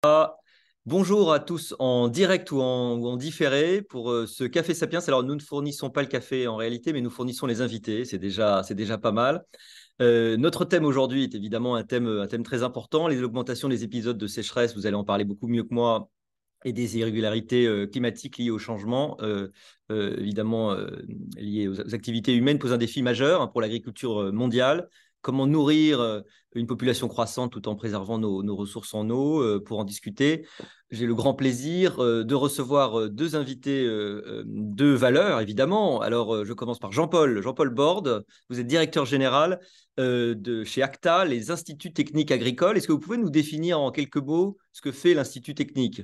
Bonjour à tous en direct ou en différé pour ce Café Sapiens. Alors, nous ne fournissons pas le café en réalité, mais nous fournissons les invités. C'est déjà pas mal. Notre thème aujourd'hui est évidemment un thème très important, les augmentations des épisodes de sécheresse. Vous allez en parler beaucoup mieux que moi et des irrégularités climatiques liées au changement, évidemment liées aux activités humaines, posent un défi majeur pour l'agriculture mondiale. Comment nourrir une population croissante tout en préservant nos ressources en eau? Pour en discuter, j'ai le grand plaisir de recevoir deux invités de valeur, évidemment. Alors, je commence par Jean-Paul Borde. Vous êtes directeur général de chez ACTA, les Instituts techniques agricoles. Est-ce que vous pouvez nous définir en quelques mots ce que fait l'Institut technique?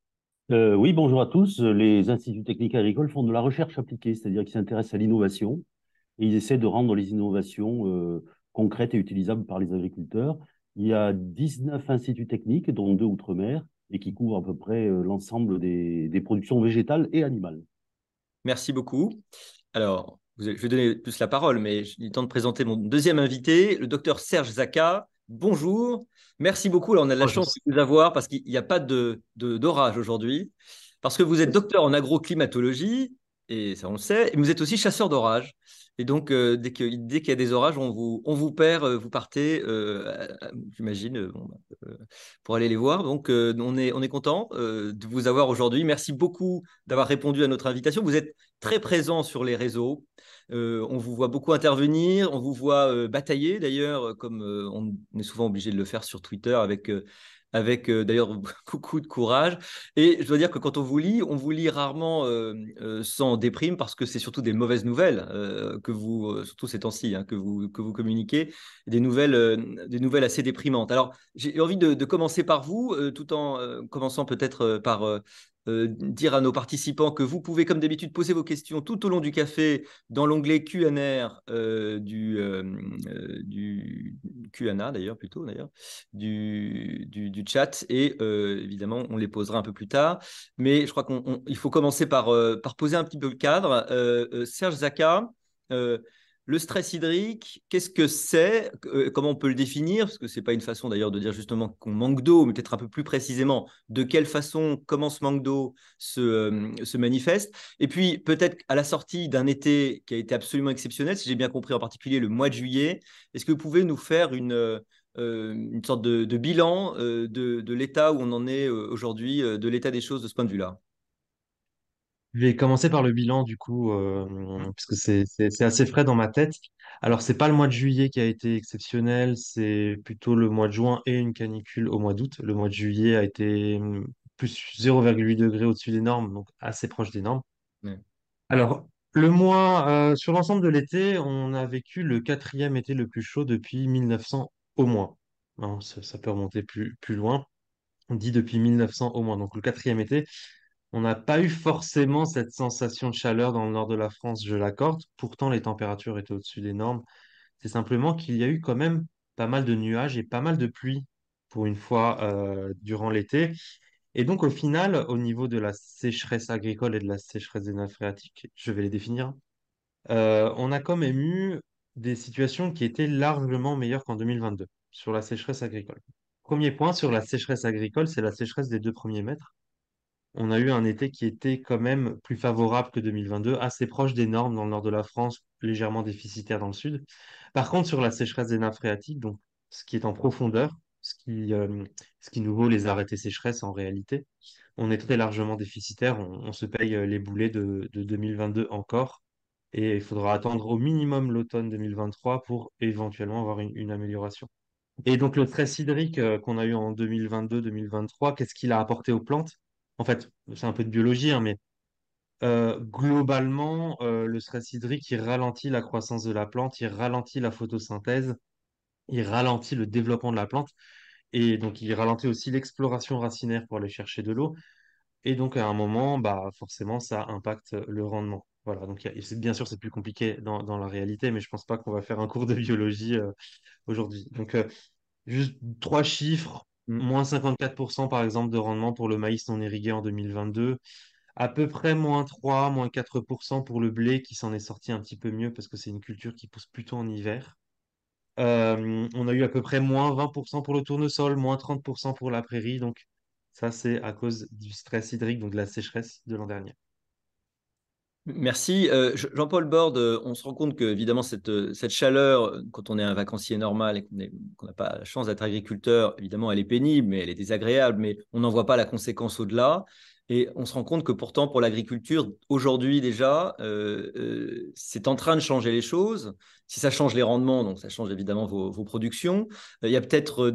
Oui, bonjour à tous. Les instituts techniques agricoles font de la recherche appliquée, c'est-à-dire qu'ils s'intéressent à l'innovation et ils essaient de rendre les innovations concrètes et utilisables par les agriculteurs. Il y a 19 instituts techniques, dont deux outre-mer, et qui couvrent à peu près l'ensemble des productions végétales et animales. Merci beaucoup. Alors, je vais donner plus la parole, mais j'ai le temps de présenter mon deuxième invité, le docteur Serge Zaka. Bonjour. Merci beaucoup. Alors, on a de la Bonjour. chance de vous avoir parce qu'il n'y a pas d'orage aujourd'hui, parce que vous êtes docteur en agroclimatologie, et ça on le sait, et vous êtes aussi chasseur d'orage. Et donc, dès qu'il y a des orages, on vous perd, vous partez, j'imagine, bon, pour aller les voir. Donc, on est content de vous avoir aujourd'hui. Merci beaucoup d'avoir répondu à notre invitation. Vous êtes très présent sur les réseaux. On vous voit beaucoup intervenir, on vous voit batailler d'ailleurs, comme on est souvent obligé de le faire sur Twitter avec d'ailleurs beaucoup de courage. Et je dois dire que quand on vous lit rarement sans déprime, parce que c'est surtout des mauvaises nouvelles que vous, surtout ces temps-ci, hein, que vous communiquez, des nouvelles assez déprimantes. Alors, j'ai envie de commencer par vous, tout en commençant peut-être par dire à nos participants que vous pouvez, comme d'habitude, poser vos questions tout au long du café dans l'onglet Q&A du Q&A d'ailleurs, plutôt d'ailleurs, du chat. Et évidemment, on les posera un peu plus tard. Mais je crois qu'il faut commencer par poser un petit peu le cadre. Serge Zaka, euh, le stress hydrique, qu'est-ce que c'est? Comment on peut le définir? Parce que c'est pas une façon d'ailleurs de dire justement qu'on manque d'eau, mais peut-être un peu plus précisément de quelle façon, comment ce manque d'eau se manifeste. Et puis peut-être à la sortie d'un été qui a été absolument exceptionnel, si j'ai bien compris en particulier le mois de juillet, est-ce que vous pouvez nous faire une sorte de bilan de l'état où on en est aujourd'hui, de l'état des choses de ce point de vue-là? Je vais commencer par le bilan du coup, puisque c'est assez frais dans ma tête. Alors, c'est pas le mois de juillet qui a été exceptionnel, c'est plutôt le mois de juin et une canicule au mois d'août. Le mois de juillet a été plus 0,8 degrés au-dessus des normes, donc assez proche des normes. Ouais. Alors, le mois, sur l'ensemble de l'été, on a vécu le quatrième été le plus chaud depuis 1900 au moins. Hein, ça peut remonter plus loin. On dit depuis 1900 au moins. Donc, le quatrième été. On n'a pas eu forcément cette sensation de chaleur dans le nord de la France, je l'accorde. Pourtant, les températures étaient au-dessus des normes. C'est simplement qu'il y a eu quand même pas mal de nuages et pas mal de pluie pour une fois durant l'été. Et donc, au final, au niveau de la sécheresse agricole et de la sécheresse des nappes phréatiques, je vais les définir, on a quand même eu des situations qui étaient largement meilleures qu'en 2022 sur la sécheresse agricole. Premier point sur la sécheresse agricole, c'est la sécheresse des 2 premiers mètres. On a eu un été qui était quand même plus favorable que 2022, assez proche des normes dans le nord de la France, légèrement déficitaire dans le sud. Par contre, sur la sécheresse des nappes phréatiques, donc ce qui est en profondeur, ce qui nous vaut les arrêtés sécheresse en réalité, on est très largement déficitaire. On se paye les boulets de 2022 encore. Et il faudra attendre au minimum l'automne 2023 pour éventuellement avoir une amélioration. Et donc le stress hydrique qu'on a eu en 2022-2023, qu'est-ce qu'il a apporté aux plantes? En fait, c'est un peu de biologie, hein, mais globalement, le stress hydrique, il ralentit la croissance de la plante, il ralentit la photosynthèse, il ralentit le développement de la plante, et donc il ralentit aussi l'exploration racinaire pour aller chercher de l'eau. Et donc à un moment, bah, forcément, ça impacte le rendement. Voilà, donc bien sûr, c'est plus compliqué dans la réalité, mais je pense pas qu'on va faire un cours de biologie aujourd'hui. Donc, juste trois chiffres, Mm. moins 54% par exemple de rendement pour le maïs non irrigué en 2022, à peu près -3, -4% pour le blé qui s'en est sorti un petit peu mieux parce que c'est une culture qui pousse plutôt en hiver. On a eu à peu près -20% pour le tournesol, -30% pour la prairie. Donc Ça, c'est à cause du stress hydrique, donc de la sécheresse de l'an dernier. Merci. Jean-Paul Borde, on se rend compte que, évidemment, cette chaleur, quand on est un vacancier normal et qu'on n'a pas la chance d'être agriculteur, évidemment, elle est pénible, mais elle est désagréable, mais on n'en voit pas la conséquence au-delà. Et on se rend compte que pourtant, pour l'agriculture, aujourd'hui déjà, c'est en train de changer les choses. Si ça change les rendements, donc ça change évidemment vos productions. Il y a peut-être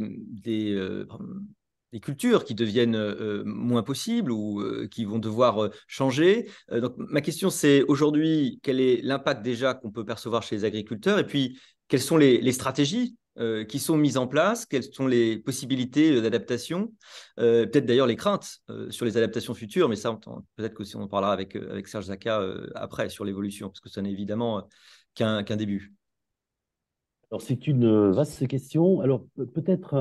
des cultures qui deviennent moins possibles ou qui vont devoir changer. Donc, ma question, c'est aujourd'hui, quel est l'impact déjà qu'on peut percevoir chez les agriculteurs et puis quelles sont les stratégies qui sont mises en place, quelles sont les possibilités d'adaptation, peut-être d'ailleurs les craintes sur les adaptations futures, mais ça, peut-être qu'aussi on en parlera avec Serge Zaka après sur l'évolution, parce que ça n'est évidemment qu'un début. Alors, c'est une vaste question. Alors, peut-être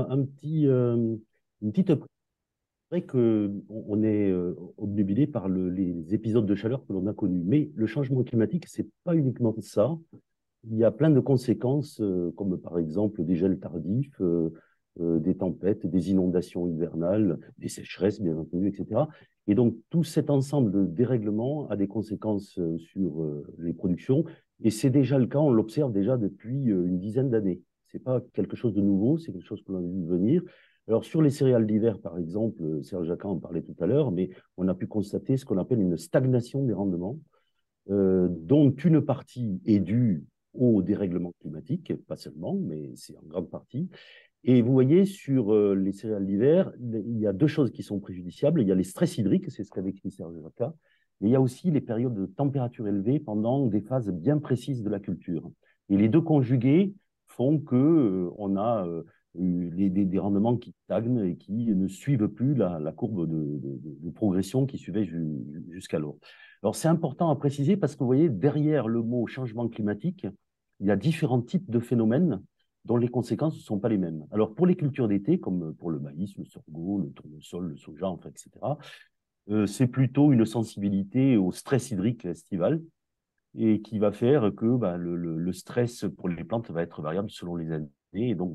une petite. C'est vrai qu'on est obnubilé par les épisodes de chaleur que l'on a connus. Mais le changement climatique, c'est pas uniquement ça. Il y a plein de conséquences, comme par exemple des gels tardifs, des tempêtes, des inondations hivernales, des sécheresses, bien entendu, etc. Et donc, tout cet ensemble de dérèglements a des conséquences sur les productions. Et c'est déjà le cas, on l'observe déjà depuis une dizaine d'années. C'est pas quelque chose de nouveau, c'est quelque chose que l'on a vu venir. Alors, sur les céréales d'hiver, par exemple, Serge Jacquin en parlait tout à l'heure, mais on a pu constater ce qu'on appelle une stagnation des rendements, dont une partie est due au dérèglement climatique, pas seulement, mais c'est en grande partie. Et vous voyez, sur les céréales d'hiver, il y a deux choses qui sont préjudiciables. Il y a les stress hydriques, c'est ce qu'avait écrit Serge Jacquin, mais il y a aussi les périodes de température élevée pendant des phases bien précises de la culture. Et les deux conjugués font que on a des rendements qui stagnent et qui ne suivent plus la courbe de progression qui suivait jusqu'alors. Alors, c'est important à préciser parce que vous voyez, derrière le mot changement climatique, il y a différents types de phénomènes dont les conséquences ne sont pas les mêmes. Alors, pour les cultures d'été, comme pour le maïs, le sorgho, le tournesol, le soja, enfin, etc., c'est plutôt une sensibilité au stress hydrique estival et qui va faire que bah, le stress pour les plantes va être variable selon les années et donc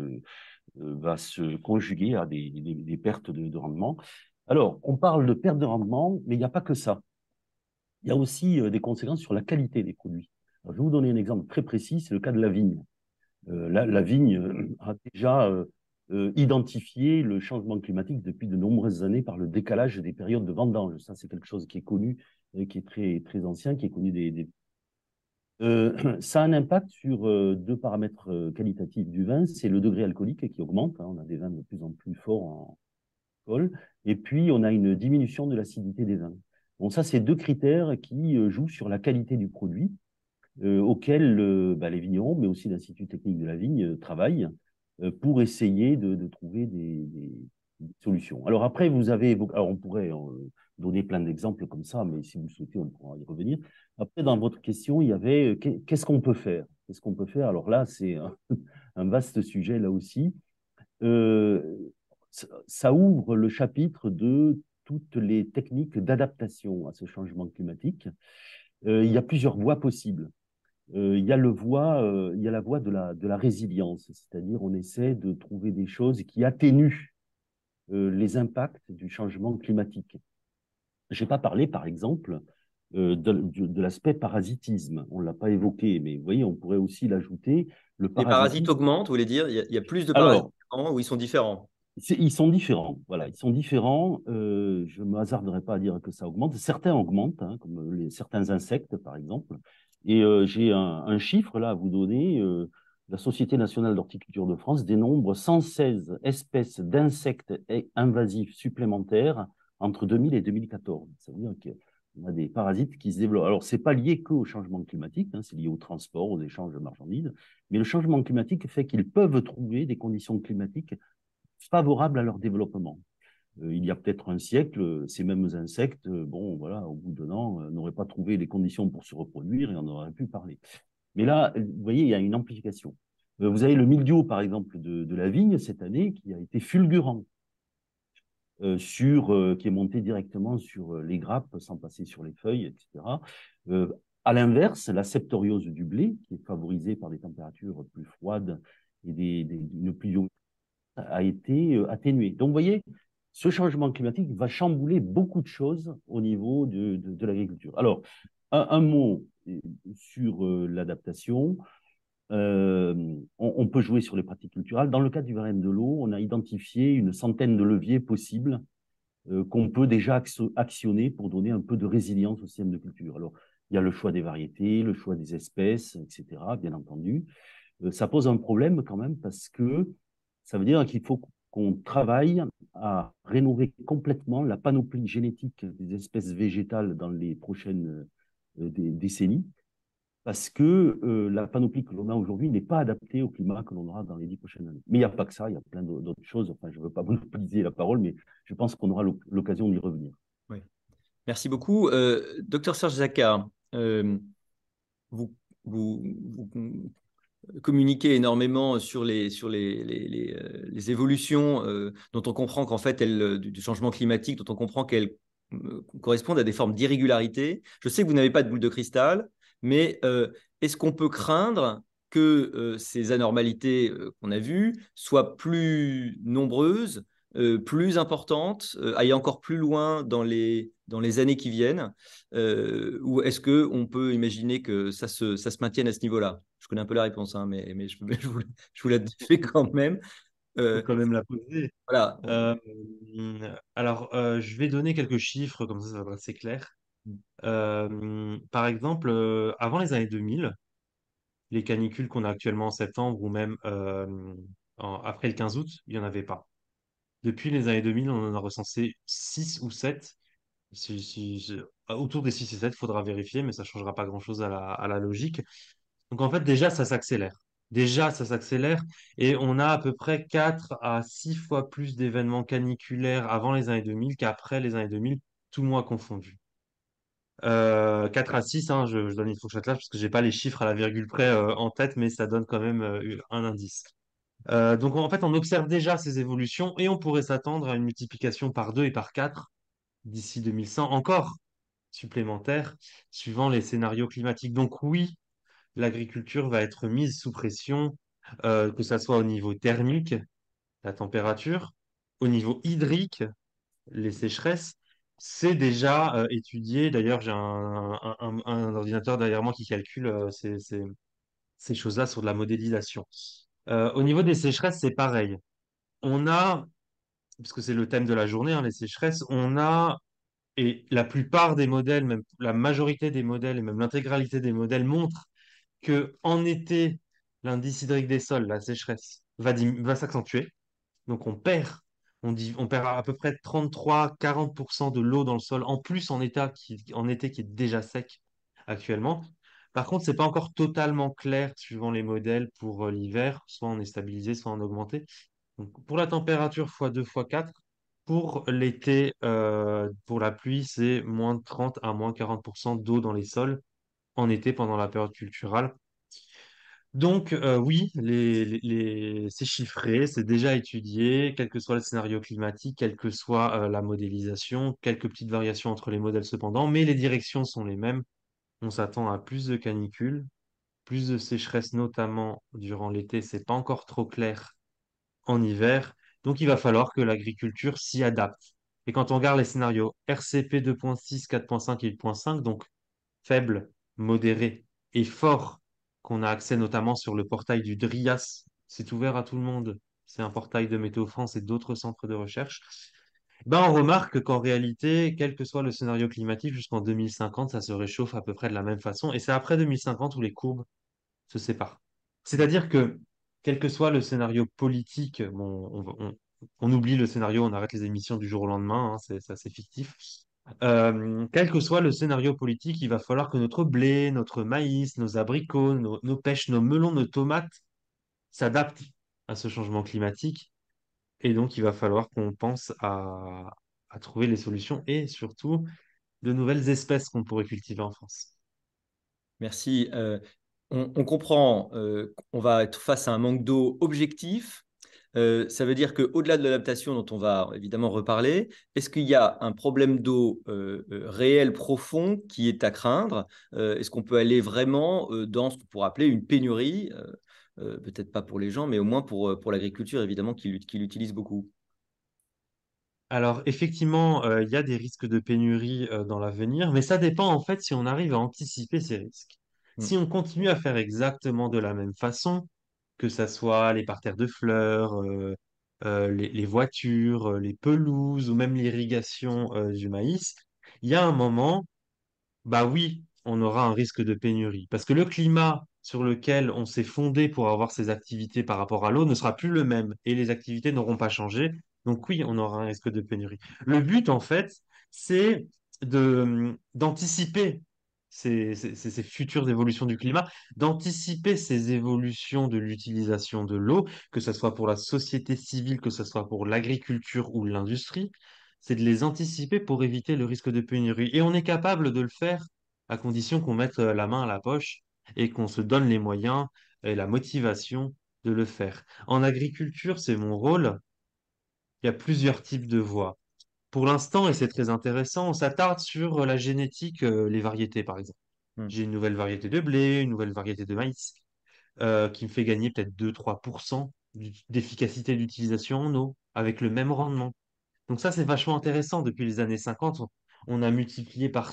va se conjuguer à des pertes de rendement. Alors, on parle de perte de rendement, mais il n'y a pas que ça. Il y a aussi des conséquences sur la qualité des produits. Alors, je vais vous donner un exemple très précis, c'est le cas de la vigne. La vigne a déjà identifié le changement climatique depuis de nombreuses années par le décalage des périodes de vendange. Ça, c'est quelque chose qui est connu, qui est très, très ancien, qui est connu ça a un impact sur deux paramètres qualitatifs du vin. C'est le degré alcoolique qui augmente, hein. On a des vins de plus en plus forts en alcool. Et puis, on a une diminution de l'acidité des vins. Bon, ça, c'est deux critères qui jouent sur la qualité du produit auxquels bah, les vignerons, mais aussi l'Institut technique de la vigne, travaillent pour essayer de trouver des solutions. Alors après, alors on pourrait donner plein d'exemples comme ça, mais si vous le souhaitez, on pourra y revenir. Après, dans votre question, il y avait qu'est-ce qu'on peut faire? Qu'est-ce qu'on peut faire? Alors là, c'est un vaste sujet là aussi. Euh, ça ouvre le chapitre de toutes les techniques d'adaptation à ce changement climatique. Il y a plusieurs voies possibles. Il y a la voie de la résilience, c'est-à-dire on essaie de trouver des choses qui atténuent les impacts du changement climatique. Je n'ai pas parlé, par exemple, de l'aspect parasitisme. On ne l'a pas évoqué, mais vous voyez, on pourrait aussi l'ajouter. Le Les parasites parasitisme. augmentent, vous voulez dire, il y a plus de parasites Alors, ou ils sont différents? ils sont différents. Voilà, ils sont différents. Je ne me hasarderai pas à dire que ça augmente. Certains augmentent, hein, comme certains insectes, par exemple. Et j'ai un chiffre là à vous donner. La Société nationale d'horticulture de France dénombre 116 espèces d'insectes invasifs supplémentaires entre 2000 et 2014. Ça veut dire qu'on a des parasites qui se développent. Alors, ce n'est pas lié qu'au changement climatique, hein, c'est lié au transport, aux échanges de marchandises. Mais le changement climatique fait qu'ils peuvent trouver des conditions climatiques favorables à leur développement. Il y a peut-être un siècle, ces mêmes insectes, bon, voilà, au bout d'un an, n'auraient pas trouvé les conditions pour se reproduire et on aurait pu parler. Mais là, vous voyez, il y a une amplification. Vous avez le mildiou, par exemple, de la vigne cette année, qui a été fulgurant, qui est monté directement sur les grappes, sans passer sur les feuilles, etc. À l'inverse, la septoriose du blé, qui est favorisée par des températures plus froides et une pluviomètrie, a été atténuée. Donc, vous voyez, ce changement climatique va chambouler beaucoup de choses au niveau de l'agriculture. Alors, un mot sur l'adaptation. On peut jouer sur les pratiques culturelles. Dans le cas du Varenne de l'eau, on a identifié une centaine de leviers possibles qu'on peut déjà actionner pour donner un peu de résilience au système de culture. Alors, il y a le choix des variétés, le choix des espèces, etc., bien entendu. Ça pose un problème quand même parce que ça veut dire qu'il faut qu'on travaille à rénover complètement la panoplie génétique des espèces végétales dans les prochaines décennies parce que la panoplie que l'on a aujourd'hui n'est pas adaptée au climat que l'on aura dans les 10 prochaines années. Mais il n'y a pas que ça, il y a plein d'autres choses. Enfin, je ne veux pas monopoliser la parole, mais je pense qu'on aura l'occasion d'y revenir. Oui. Merci beaucoup. Docteur Serge Zakar, vous, vous communiquez énormément sur les évolutions dont on comprend qu'en fait, du changement climatique, dont on comprend qu'elles correspondent à des formes d'irrégularité. Je sais que vous n'avez pas de boule de cristal, mais est-ce qu'on peut craindre que ces anormalités qu'on a vues soient plus nombreuses, plus importantes, aillent encore plus loin dans les années qui viennent, ou est-ce qu'on peut imaginer que ça se maintienne à ce niveau-là? Je connais un peu la réponse, hein, mais je vous la fais quand même. Faut Euh, quand même la poser. voilà. Euh, alors, je vais donner quelques chiffres, comme ça va être assez clair. Par exemple, avant les années 2000, les canicules qu'on a actuellement en septembre ou même après le 15 août, il n'y en avait pas. Depuis les années 2000, on en a recensé 6 ou 7. Autour des 6 et 7, il faudra vérifier, mais ça ne changera pas grand-chose à la logique. Donc en fait, déjà, ça s'accélère. Déjà, ça s'accélère et on a à peu près 4 à 6 fois plus d'événements caniculaires avant les années 2000 qu'après les années 2000, tout mois confondu. 4 à 6, hein, je donne une fourchette là parce que j'ai pas les chiffres à la virgule près en tête, mais ça donne quand même un indice. Donc en fait, on observe déjà ces évolutions et on pourrait s'attendre à une multiplication par 2 et par 4 d'ici 2100 encore supplémentaires suivant les scénarios climatiques. Donc oui, l'agriculture va être mise sous pression, que ce soit au niveau thermique, la température, au niveau hydrique, les sécheresses. C'est déjà étudié. D'ailleurs, j'ai un ordinateur derrière moi qui calcule ces choses-là sur de la modélisation. Au niveau des sécheresses, c'est pareil. On a, puisque c'est le thème de la journée, hein, les sécheresses, on a, et la plupart des modèles, même la majorité des modèles et même l'intégralité des modèles montrent que en été, l'indice hydrique des sols, la sécheresse, va s'accentuer. Donc on perd à peu près 33-40% de l'eau dans le sol, en plus en été qui est déjà sec actuellement. Par contre, c'est pas encore totalement clair suivant les modèles pour l'hiver, soit on est stabilisé, soit on est augmenté. Donc, pour la température x2, x4, pour l'été, pour la pluie, c'est moins 30 à moins 40% d'eau dans les sols en été pendant la période culturelle. Donc, oui, c'est chiffré, c'est déjà étudié, quel que soit le scénario climatique, quelle que soit la modélisation, quelques petites variations entre les modèles cependant, mais les directions sont les mêmes. On s'attend à plus de canicules, plus de sécheresse, notamment durant l'été, c'est pas encore trop clair en hiver. Donc, il va falloir que l'agriculture s'y adapte. Et quand on regarde les scénarios RCP 2.6, 4.5 et 8.5, donc faible, modéré et fort, qu'on a accès notamment sur le portail du DRIAS. C'est ouvert à tout le monde. C'est un portail de Météo France et d'autres centres de recherche. Ben, on remarque qu'en réalité, quel que soit le scénario climatique, jusqu'en 2050, ça se réchauffe à peu près de la même façon. Et c'est après 2050 où les courbes se séparent. C'est-à-dire que, quel que soit le scénario politique, bon, on oublie le scénario, on arrête les émissions du jour au lendemain, hein, c'est assez fictif. Quel que soit le scénario politique, il va falloir que notre blé, notre maïs, nos abricots, nos pêches, nos melons, nos tomates s'adaptent à ce changement climatique. Et donc, il va falloir qu'on pense à trouver les solutions et surtout de nouvelles espèces qu'on pourrait cultiver en France. Merci. On comprend qu'on va être face à un manque d'eau objectif. Ça veut dire qu'au-delà de l'adaptation dont on va évidemment reparler, est-ce qu'il y a un problème d'eau réel, profond, qui est à craindre? Est-ce qu'on peut aller vraiment dans ce qu'on pourrait appeler une pénurie? Peut-être pas pour les gens, mais au moins pour l'agriculture, évidemment, qui l'utilise beaucoup. Alors, effectivement, il y a des risques de pénurie dans l'avenir, mais ça dépend en fait si on arrive à anticiper ces risques. Hmm. Si on continue à faire exactement de la même façon, que ça soit les parterres de fleurs, les voitures, les pelouses ou même l'irrigation du maïs, il y a un moment bah oui, on aura un risque de pénurie. Parce que le climat sur lequel on s'est fondé pour avoir ces activités par rapport à l'eau ne sera plus le même et les activités n'auront pas changé. Donc oui, on aura un risque de pénurie. Le but, en fait, c'est d'anticiper ces futures évolutions du climat, d'anticiper ces évolutions de l'utilisation de l'eau, que ce soit pour la société civile, que ce soit pour l'agriculture ou l'industrie, c'est de les anticiper pour éviter le risque de pénurie. Et on est capable de le faire à condition qu'on mette la main à la poche et qu'on se donne les moyens et la motivation de le faire. En agriculture, c'est mon rôle. Il y a plusieurs types de voies. Pour l'instant, et c'est très intéressant, on s'attarde sur la génétique, les variétés, par exemple. Hmm. J'ai une nouvelle variété de blé, une nouvelle variété de maïs, qui me fait gagner peut-être 2-3% d'efficacité d'utilisation en eau, avec le même rendement. Donc ça, c'est vachement intéressant. Depuis les années 50, on a multiplié par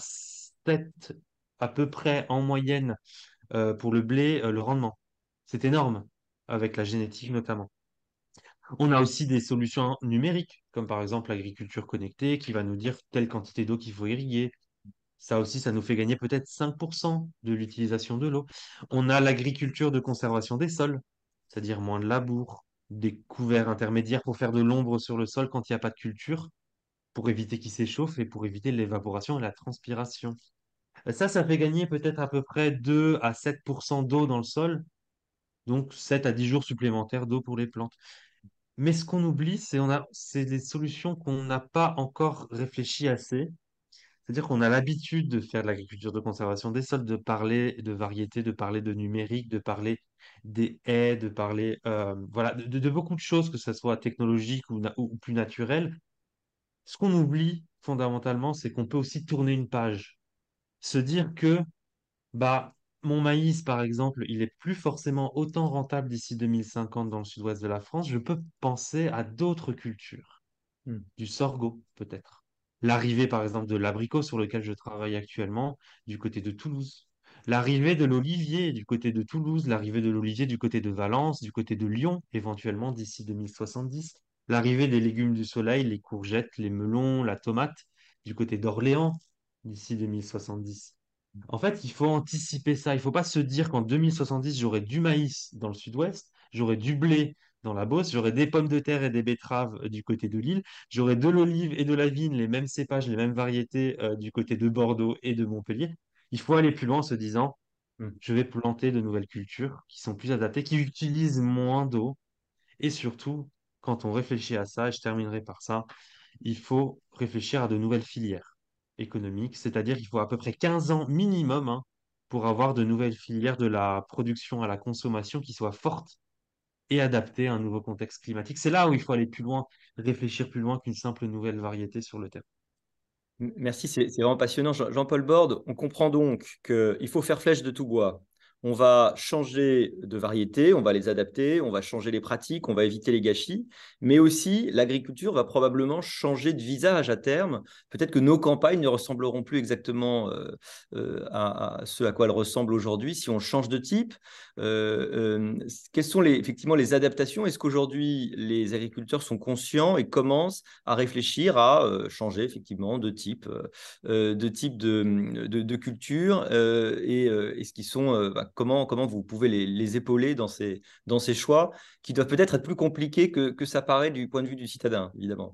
7 à peu près en moyenne pour le blé le rendement. C'est énorme, avec la génétique notamment. On a aussi des solutions numériques, comme par exemple l'agriculture connectée, qui va nous dire telle quantité d'eau qu'il faut irriguer. Ça aussi, ça nous fait gagner peut-être 5% de l'utilisation de l'eau. On a l'agriculture de conservation des sols, c'est-à-dire moins de labour, des couverts intermédiaires pour faire de l'ombre sur le sol quand il n'y a pas de culture pour éviter qu'il s'échauffe et pour éviter l'évaporation et la transpiration. Ça fait gagner peut-être à peu près 2 à 7% d'eau dans le sol, donc 7 à 10 jours supplémentaires d'eau pour les plantes. Mais ce qu'on oublie, c'est des solutions qu'on n'a pas encore réfléchi assez. C'est-à-dire qu'on a l'habitude de faire de l'agriculture de conservation des sols, de parler de variétés, de parler de numérique, de parler des haies, de parler voilà, de beaucoup de choses, que ce soit technologique ou plus naturel. Ce qu'on oublie fondamentalement, c'est qu'on peut aussi tourner une page. Se dire que bah, mon maïs, par exemple, il est plus forcément autant rentable d'ici 2050 dans le sud-ouest de la France. Je peux penser à d'autres cultures, Hmm. du sorgho peut-être. L'arrivée, par exemple, de l'abricot sur lequel je travaille actuellement du côté de Toulouse. L'arrivée de l'olivier du côté de Toulouse, l'arrivée de l'olivier du côté de Valence, du côté de Lyon, éventuellement d'ici 2070. L'arrivée des légumes du soleil, les courgettes, les melons, la tomate, du côté d'Orléans, d'ici 2070. En fait, il faut anticiper ça. Il ne faut pas se dire qu'en 2070, j'aurai du maïs dans le sud-ouest, j'aurai du blé dans la Beauce, j'aurai des pommes de terre et des betteraves du côté de Lille, j'aurai de l'olive et de la vigne, les mêmes cépages, les mêmes variétés du côté de Bordeaux et de Montpellier. Il faut aller plus loin en se disant, Hmm. je vais planter de nouvelles cultures qui sont plus adaptées, qui utilisent moins d'eau. Et surtout, quand on réfléchit à ça, et je terminerai par ça, il faut réfléchir à de nouvelles filières économiques, c'est-à-dire qu'il faut à peu près 15 ans minimum hein, pour avoir de nouvelles filières de la production à la consommation qui soient fortes et adaptées à un nouveau contexte climatique. C'est là où il faut aller plus loin, réfléchir plus loin qu'une simple nouvelle variété sur le terrain. Merci, c'est vraiment passionnant. Jean-Paul Borde, on comprend donc qu'il faut faire flèche de tout bois. On va changer de variété, on va les adapter, on va changer les pratiques, on va éviter les gâchis, mais aussi l'agriculture va probablement changer de visage à terme. Peut-être que nos campagnes ne ressembleront plus exactement à ce à quoi elles ressemblent aujourd'hui si on change de type. Quelles sont effectivement les adaptations? Est-ce qu'aujourd'hui les agriculteurs sont conscients et commencent à réfléchir à changer effectivement de type de culture et ce qui sont, comment vous pouvez les épauler dans ces choix qui doivent peut-être être plus compliqués que ça paraît du point de vue du citadin, évidemment.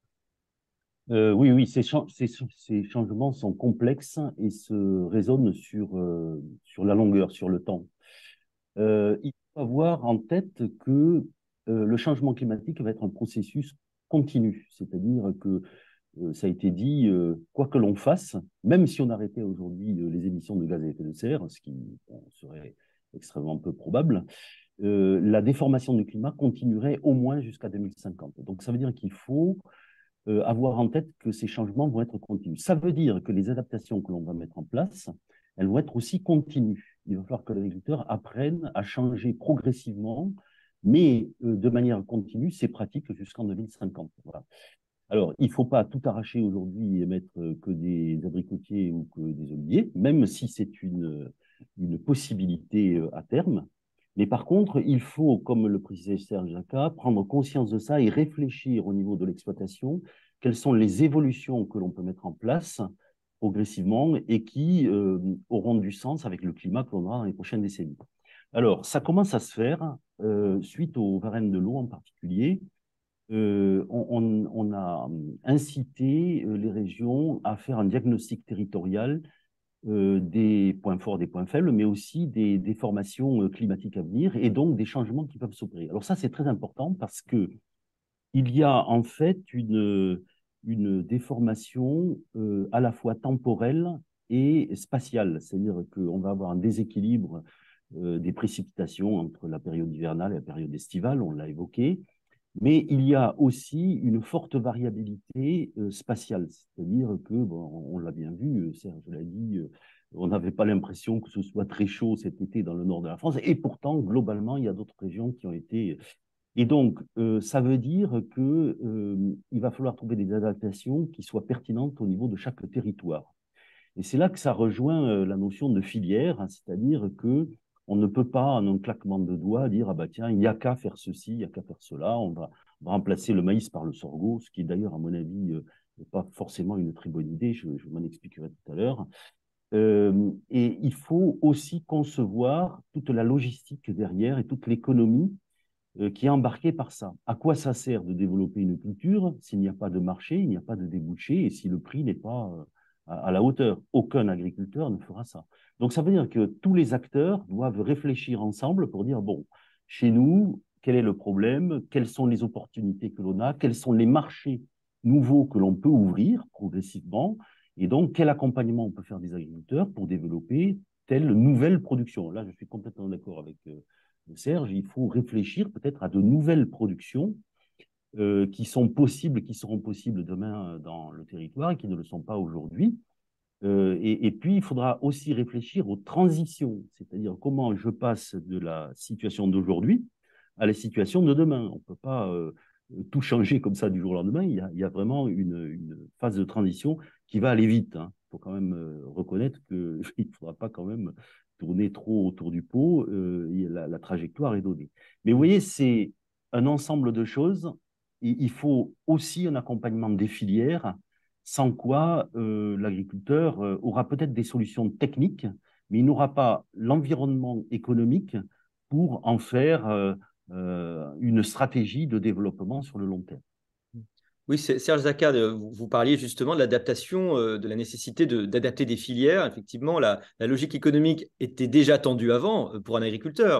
Oui, oui, ces changements sont complexes et se raisonnent sur la longueur, sur le temps. Il faut avoir en tête que le changement climatique va être un processus continu, c'est-à-dire que ça a été dit, quoi que l'on fasse, même si on arrêtait aujourd'hui les émissions de gaz à effet de serre, ce qui bon, serait extrêmement peu probable, la déformation du climat continuerait au moins jusqu'à 2050. Donc ça veut dire qu'il faut avoir en tête que ces changements vont être continus. Ça veut dire que les adaptations que l'on va mettre en place, elles vont être aussi continues. Il va falloir que l'agriculteur apprenne à changer progressivement, mais de manière continue, ses pratiques jusqu'en 2050. Voilà. Alors, il ne faut pas tout arracher aujourd'hui et mettre que des abricotiers ou que des oliviers, même si c'est une possibilité à terme. Mais par contre, il faut, comme le précisait Serge Jacquat, prendre conscience de ça et réfléchir au niveau de l'exploitation, quelles sont les évolutions que l'on peut mettre en place progressivement et qui auront du sens avec le climat que l'on aura dans les prochaines décennies. Alors, ça commence à se faire suite au Varenne de l'eau en particulier. On a incité les régions à faire un diagnostic territorial des points forts, des points faibles, mais aussi des formations climatiques à venir et donc des changements qui peuvent s'opérer. Alors ça, c'est très important parce que il y a en fait une déformation à la fois temporelle et spatiale, c'est-à-dire qu'on va avoir un déséquilibre des précipitations entre la période hivernale et la période estivale, on l'a évoqué, mais il y a aussi une forte variabilité spatiale, c'est-à-dire que, bon, on l'a bien vu, Serge l'a dit, on n'avait pas l'impression que ce soit très chaud cet été dans le nord de la France, et pourtant, globalement, il y a d'autres régions qui ont été... Et donc, ça veut dire que il va falloir trouver des adaptations qui soient pertinentes au niveau de chaque territoire. Et c'est là que ça rejoint la notion de filière, hein, c'est-à-dire que on ne peut pas, en un claquement de doigts, dire ah bah tiens, il n'y a qu'à faire ceci, il n'y a qu'à faire cela, on va remplacer le maïs par le sorgho, ce qui d'ailleurs, à mon avis, n'est pas forcément une très bonne idée, je m'en expliquerai tout à l'heure. Et il faut aussi concevoir toute la logistique derrière et toute l'économie qui est embarquée par ça. À quoi ça sert de développer une culture s'il n'y a pas de marché, il n'y a pas de débouché et si le prix n'est pas à la hauteur? Aucun agriculteur ne fera ça. Donc ça veut dire que tous les acteurs doivent réfléchir ensemble pour dire, bon, chez nous, quel est le problème? Quelles sont les opportunités que l'on a? Quels sont les marchés nouveaux que l'on peut ouvrir progressivement? Et donc, quel accompagnement on peut faire des agriculteurs pour développer telle nouvelle production? Là, je suis complètement d'accord avec Serge, il faut réfléchir peut-être à de nouvelles productions qui sont possibles, qui seront possibles demain dans le territoire et qui ne le sont pas aujourd'hui. Et puis, il faudra aussi réfléchir aux transitions, c'est-à-dire comment je passe de la situation d'aujourd'hui à la situation de demain. On ne peut pas tout changer comme ça du jour au lendemain. Il y a vraiment une phase de transition qui va aller vite. Hein. Il faut quand même reconnaître qu'il ne faudra pas quand même tourner trop autour du pot. La trajectoire est donnée. Mais vous voyez, c'est un ensemble de choses. Il faut aussi un accompagnement des filières sans quoi l'agriculteur aura peut-être des solutions techniques, mais il n'aura pas l'environnement économique pour en faire une stratégie de développement sur le long terme. Oui, Serge Zaka, vous parliez justement de l'adaptation, de la nécessité d'adapter des filières. Effectivement, la logique économique était déjà tendue avant pour un agriculteur.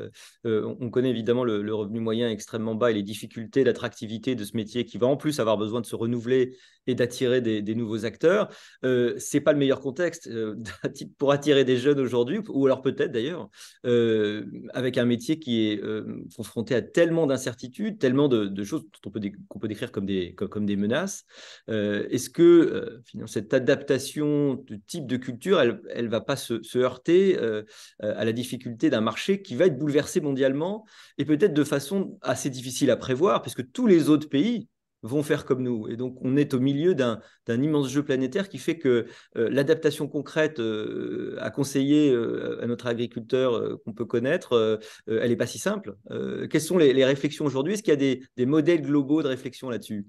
On connaît évidemment le revenu moyen extrêmement bas et les difficultés d'attractivité de ce métier qui va en plus avoir besoin de se renouveler et d'attirer des nouveaux acteurs. Ce n'est pas le meilleur contexte pour attirer des jeunes aujourd'hui, ou alors peut-être d'ailleurs, avec un métier qui est confronté à tellement d'incertitudes, tellement de choses qu'on peut décrire comme des menaces. Est-ce que finalement, cette adaptation de type de culture, elle ne va pas se heurter à la difficulté d'un marché qui va être bouleversé mondialement et peut-être de façon assez difficile à prévoir, puisque tous les autres pays vont faire comme nous. Et donc, on est au milieu d'un immense jeu planétaire qui fait que l'adaptation concrète à conseiller à notre agriculteur qu'on peut connaître, elle n'est pas si simple. Quelles sont les réflexions aujourd'hui? Est-ce qu'il y a des modèles globaux de réflexion là-dessus?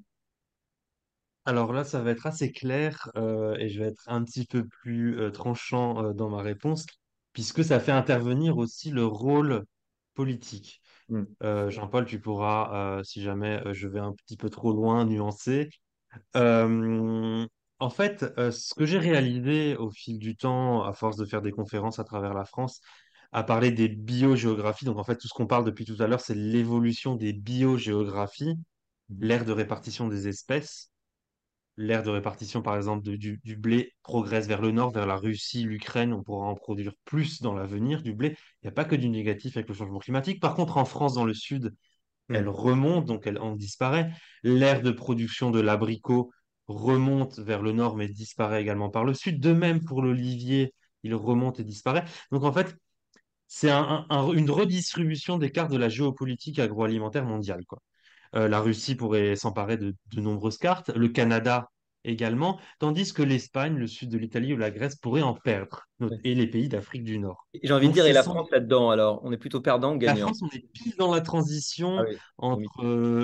Alors là, ça va être assez clair et je vais être un petit peu plus tranchant dans ma réponse, puisque ça fait intervenir aussi le rôle politique. Mm. Jean-Paul, tu pourras, si jamais je vais un petit peu trop loin, nuancer. Euh, En fait, ce que j'ai réalisé au fil du temps, à force de faire des conférences à travers la France, à parler des biogéographies, donc en fait, tout ce qu'on parle depuis tout à l'heure, c'est l'évolution des biogéographies, l'aire de répartition des espèces. L'aire de répartition, par exemple, du blé progresse vers le nord, vers la Russie, l'Ukraine. On pourra en produire plus dans l'avenir du blé. Il n'y a pas que du négatif avec le changement climatique. Par contre, en France, dans le sud, elle Mm. remonte, donc elle en disparaît. L'aire de production de l'abricot remonte vers le nord, mais disparaît également par le sud. De même pour l'olivier, il remonte et disparaît. Donc en fait, c'est une redistribution des cartes de la géopolitique agroalimentaire mondiale, quoi. La Russie pourrait s'emparer de nombreuses cartes, le Canada également, tandis que l'Espagne, le sud de l'Italie ou la Grèce pourraient en perdre, Ouais. et les pays d'Afrique du Nord. Et j'ai envie de Donc, dire, et c'est la sans France là-dedans, alors, on est plutôt perdant ou la gagnant? France, on est pile dans la Ah transition oui, au entre milieu.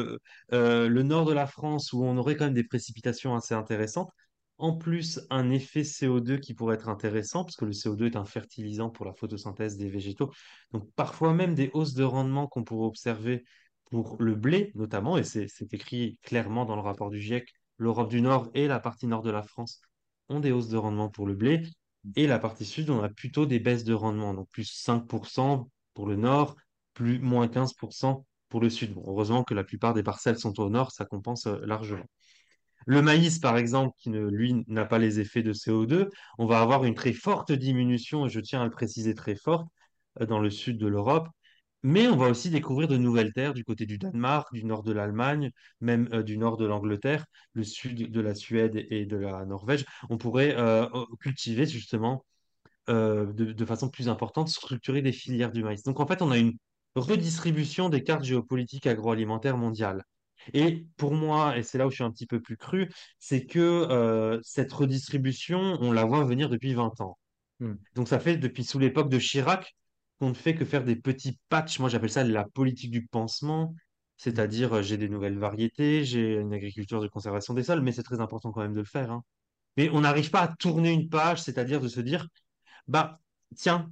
le nord de la France, où on aurait quand même des précipitations assez intéressantes, en plus un effet CO2 qui pourrait être intéressant, parce que le CO2 est un fertilisant pour la photosynthèse des végétaux. Donc parfois même des hausses de rendement qu'on pourrait observer pour le blé, notamment, et c'est écrit clairement dans le rapport du GIEC, l'Europe du Nord et la partie nord de la France ont des hausses de rendement pour le blé. Et la partie sud, on a plutôt des baisses de rendement, donc plus 5% pour le nord, plus moins 15% pour le sud. Bon, heureusement que la plupart des parcelles sont au nord, ça compense largement. Le maïs, par exemple, qui lui n'a pas les effets de CO2, on va avoir une très forte diminution, et je tiens à le préciser très forte, dans le sud de l'Europe. Mais on va aussi découvrir de nouvelles terres du côté du Danemark, du nord de l'Allemagne, même du nord de l'Angleterre, le sud de la Suède et de la Norvège. On pourrait cultiver justement de façon plus importante, structurer des filières du maïs. Donc en fait, on a une redistribution des cartes géopolitiques agroalimentaires mondiales. Et pour moi, et c'est là où je suis un petit peu plus cru, c'est que cette redistribution, on la voit venir depuis 20 ans. Hmm. Donc ça fait depuis sous l'époque de Chirac qu'on ne fait que faire des petits patchs. Moi, j'appelle ça la politique du pansement. C'est-à-dire, j'ai des nouvelles variétés, j'ai une agriculture de conservation des sols, mais c'est très important quand même de le faire, hein. Mais on n'arrive pas à tourner une page, c'est-à-dire de se dire, bah, tiens,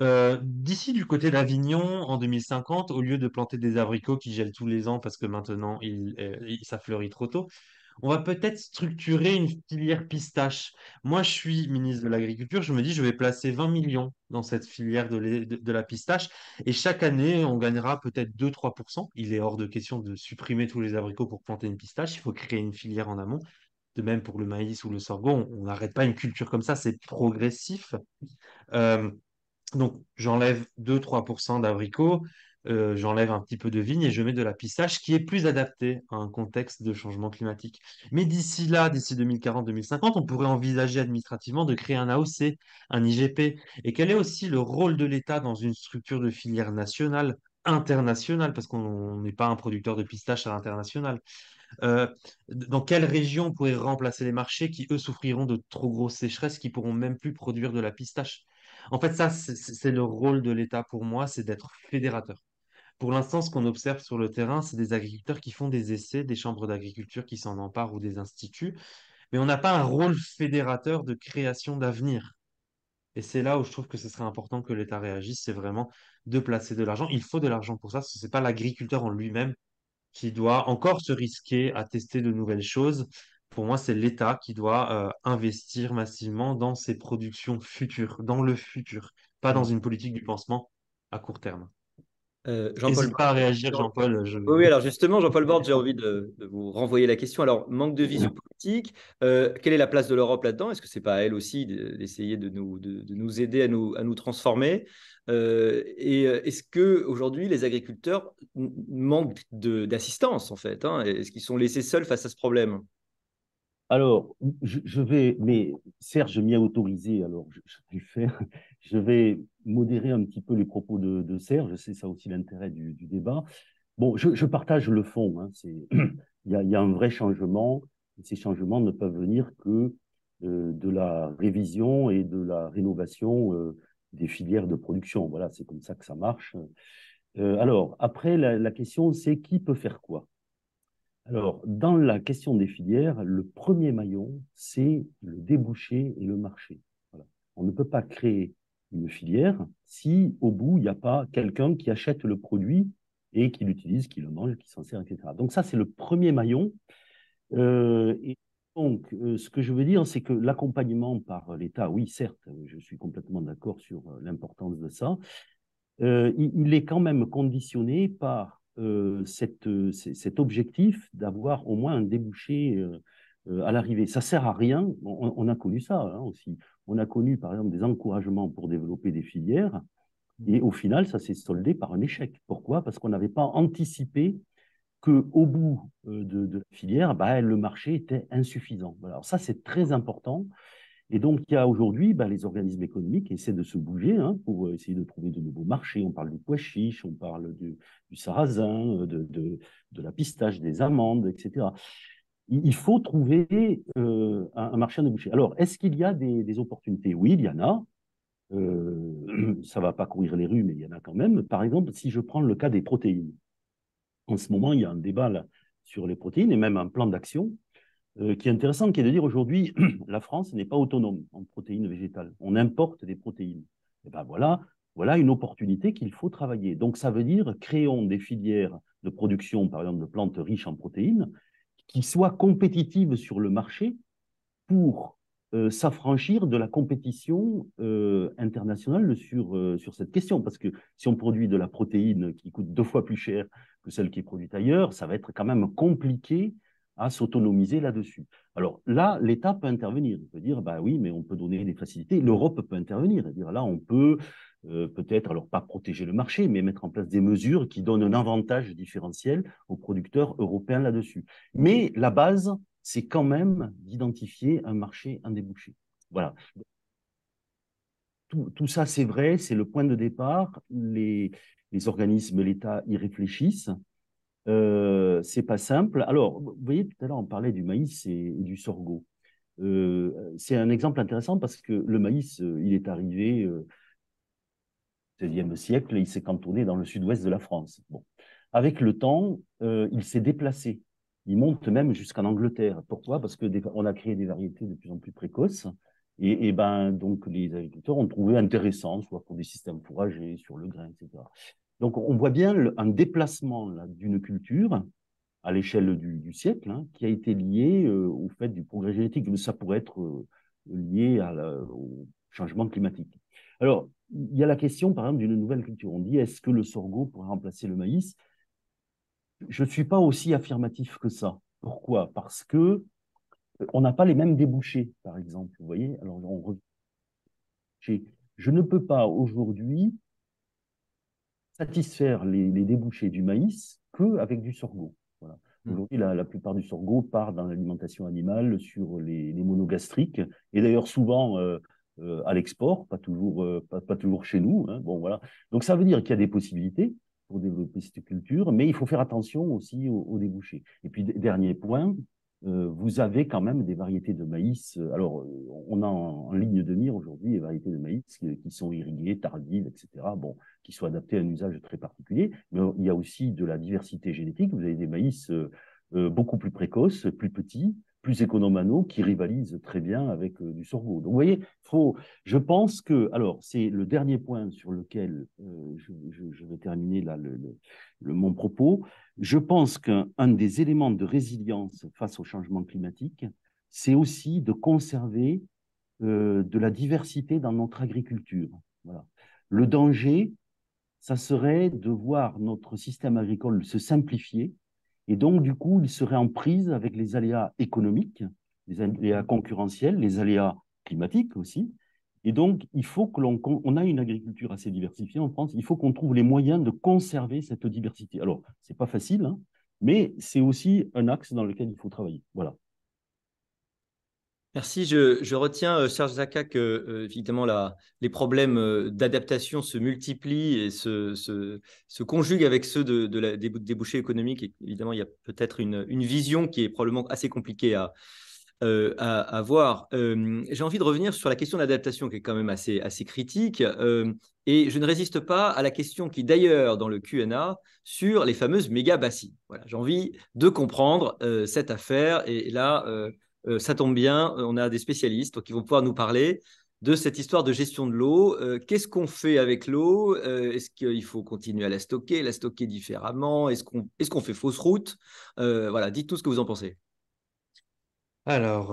d'ici du côté d'Avignon, en 2050, au lieu de planter des abricots qui gèlent tous les ans parce que maintenant ça fleurit trop tôt, on va peut-être structurer une filière pistache. Moi, je suis ministre de l'Agriculture, je me dis, je vais placer 20 millions dans cette filière de la pistache et chaque année, on gagnera peut-être 2-3%. Il est hors de question de supprimer tous les abricots pour planter une pistache, il faut créer une filière en amont. De même pour le maïs ou le sorgho, on n'arrête pas une culture comme ça, c'est progressif. Euh, donc, j'enlève 2-3% d'abricots, j'enlève un petit peu de vigne et je mets de la pistache qui est plus adaptée à un contexte de changement climatique. Mais d'ici là, d'ici 2040-2050, on pourrait envisager administrativement de créer un AOC, un IGP. Et quel est aussi le rôle de l'État dans une structure de filière nationale, internationale, parce qu'on n'est pas un producteur de pistaches à l'international. Dans quelle région on pourrait remplacer les marchés qui, eux, souffriront de trop grosses sécheresses, qui pourront même plus produire de la pistache? En fait, ça, c'est le rôle de l'État pour moi, c'est d'être fédérateur. Pour l'instant, ce qu'on observe sur le terrain, c'est des agriculteurs qui font des essais, des chambres d'agriculture qui s'en emparent ou des instituts, mais on n'a pas un rôle fédérateur de création d'avenir. Et c'est là où je trouve que ce serait important que l'État réagisse, c'est vraiment de placer de l'argent. Il faut de l'argent pour ça, ce n'est pas l'agriculteur en lui-même qui doit encore se risquer à tester de nouvelles choses. Pour moi, c'est l'État qui doit investir massivement dans ses productions futures, dans le futur, pas dans Hmm. une politique du pansement à court terme. Jean-Paul N'hésite pas à Borde. réagir, Jean-Paul. Oui, oui, alors justement, Jean-Paul Borde, j'ai envie de vous renvoyer la question. Alors, manque de vision politique, quelle est la place de l'Europe là-dedans? Est-ce que c'est pas à elle aussi d'essayer de nous aider à nous transformer? Est-ce que aujourd'hui les agriculteurs manquent d'assistance en fait, hein? Est-ce qu'ils sont laissés seuls face à ce problème? Alors, je vais, mais Serge m'y a autorisé, alors je vais le faire. Je vais modérer un petit peu les propos de Serge, c'est ça aussi l'intérêt du débat. Bon, je partage le fond, hein, il y a un vrai changement, et ces changements ne peuvent venir que de la révision et de la rénovation des filières de production. Voilà, c'est comme ça que ça marche. Alors, après, la question, c'est qui peut faire quoi? Alors, dans la question des filières, le premier maillon, c'est le débouché et le marché. Voilà. On ne peut pas créer une filière si, au bout, il n'y a pas quelqu'un qui achète le produit et qui l'utilise, qui le mange, qui s'en sert, etc. Donc ça, c'est le premier maillon. Et donc, ce que je veux dire, c'est que l'accompagnement par l'État, oui, certes, je suis complètement d'accord sur l'importance de ça, il est quand même conditionné par cet objectif d'avoir au moins un débouché à l'arrivée. Ça ne sert à rien, on a connu ça hein, aussi. On a connu par exemple des encouragements pour développer des filières, et au final, ça s'est soldé par un échec. Pourquoi? Parce qu'on n'avait pas anticipé qu'au bout de la filière, bah, le marché était insuffisant. Voilà. Alors ça, c'est très important. Et donc, il y a aujourd'hui les organismes économiques qui essaient de se bouger hein, pour essayer de trouver de nouveaux marchés. On parle du pois chiche, on parle du sarrasin, de la pistache, des amandes, etc. Il faut trouver un marché en débouché. Alors, est-ce qu'il y a des opportunités? Oui, il y en a. Ça ne va pas courir les rues, mais il y en a quand même. Par exemple, si je prends le cas des protéines. En ce moment, il y a un débat là, sur les protéines et même un plan d'action qui est intéressant, qui est de dire aujourd'hui, la France n'est pas autonome en protéines végétales. On importe des protéines. Et ben voilà, voilà une opportunité qu'il faut travailler. Donc ça veut dire créons des filières de production, par exemple, de plantes riches en protéines, qui soient compétitives sur le marché pour s'affranchir de la compétition internationale sur cette question. Parce que si on produit de la protéine qui coûte 2 fois plus cher que celle qui est produite ailleurs, ça va être quand même compliqué à s'autonomiser là-dessus. Alors là, l'État peut intervenir. Il peut dire, bah oui, mais on peut donner des facilités. L'Europe peut intervenir et dire, là, on peut peut-être, alors pas protéger le marché, mais mettre en place des mesures qui donnent un avantage différentiel aux producteurs européens là-dessus. Mais la base, c'est quand même d'identifier un marché, un débouché. Voilà. Tout ça, c'est vrai, c'est le point de départ. Les organismes, l'État y réfléchissent. C'est pas simple. Alors, vous voyez, tout à l'heure, on parlait du maïs et du sorgho. C'est un exemple intéressant parce que le maïs, il est arrivé au XVIe siècle, il s'est cantonné dans le sud-ouest de la France. Bon. Avec le temps, il s'est déplacé. Il monte même jusqu'en Angleterre. Pourquoi? Parce que on a créé des variétés de plus en plus précoces. Et ben, donc, les agriculteurs ont trouvé intéressant, soit pour des systèmes fourragers, sur le grain, etc. Donc, on voit bien un déplacement d'une culture à l'échelle du siècle, hein, qui a été lié au fait du progrès génétique. Mais ça pourrait être lié au changement climatique. Alors, il y a la question, par exemple, d'une nouvelle culture. On dit, est-ce que le sorgho pourrait remplacer le maïs? Je ne suis pas aussi affirmatif que ça. Pourquoi? Parce que on n'a pas les mêmes débouchés, par exemple. Vous voyez? Alors, je ne peux pas aujourd'hui satisfaire les débouchés du maïs qu'avec du sorgho. Voilà. Mm. Aujourd'hui, la plupart du sorgho part dans l'alimentation animale sur les monogastriques, et d'ailleurs souvent à l'export, pas toujours chez nous. Hein. Bon, voilà. Donc ça veut dire qu'il y a des possibilités pour développer cette culture, mais il faut faire attention aussi aux débouchés. Et puis, dernier point, vous avez quand même des variétés de maïs. Alors, on a en ligne de mire aujourd'hui des variétés de maïs qui sont irriguées, tardives, etc. Bon, qui sont adaptés à un usage très particulier. Mais il y a aussi de la diversité génétique. Vous avez des maïs beaucoup plus précoces, plus petits, plus économes qui rivalisent très bien avec du sorgho. Donc, vous voyez, je pense que, alors, c'est le dernier point sur lequel je vais terminer là, mon propos. Je pense qu'un des éléments de résilience face au changement climatique, c'est aussi de conserver de la diversité dans notre agriculture. Voilà. Le danger, ça serait de voir notre système agricole se simplifier et donc, du coup, il serait en prise avec les aléas économiques, les aléas concurrentiels, les aléas climatiques aussi. Et donc, il faut que on a une agriculture assez diversifiée en France, il faut qu'on trouve les moyens de conserver cette diversité. Alors, ce n'est pas facile, hein, mais c'est aussi un axe dans lequel il faut travailler. Voilà. Merci. Je retiens, Serge Zaka, que évidemment, les problèmes d'adaptation se multiplient et se conjuguent avec ceux des débouchés économiques. Et évidemment, il y a peut-être une vision qui est probablement assez compliquée à voir. J'ai envie de revenir sur la question de l'adaptation qui est quand même assez critique. Et je ne résiste pas à la question qui, d'ailleurs, dans le Q&A, sur les fameuses méga-bassines. Voilà, j'ai envie de comprendre cette affaire. Et là, ça tombe bien, on a des spécialistes qui vont pouvoir nous parler de cette histoire de gestion de l'eau. Qu'est-ce qu'on fait avec l'eau? Est-ce qu'il faut continuer à la stocker différemment? Est-ce qu'on fait fausse route? Voilà, dites-nous ce que vous en pensez. Alors,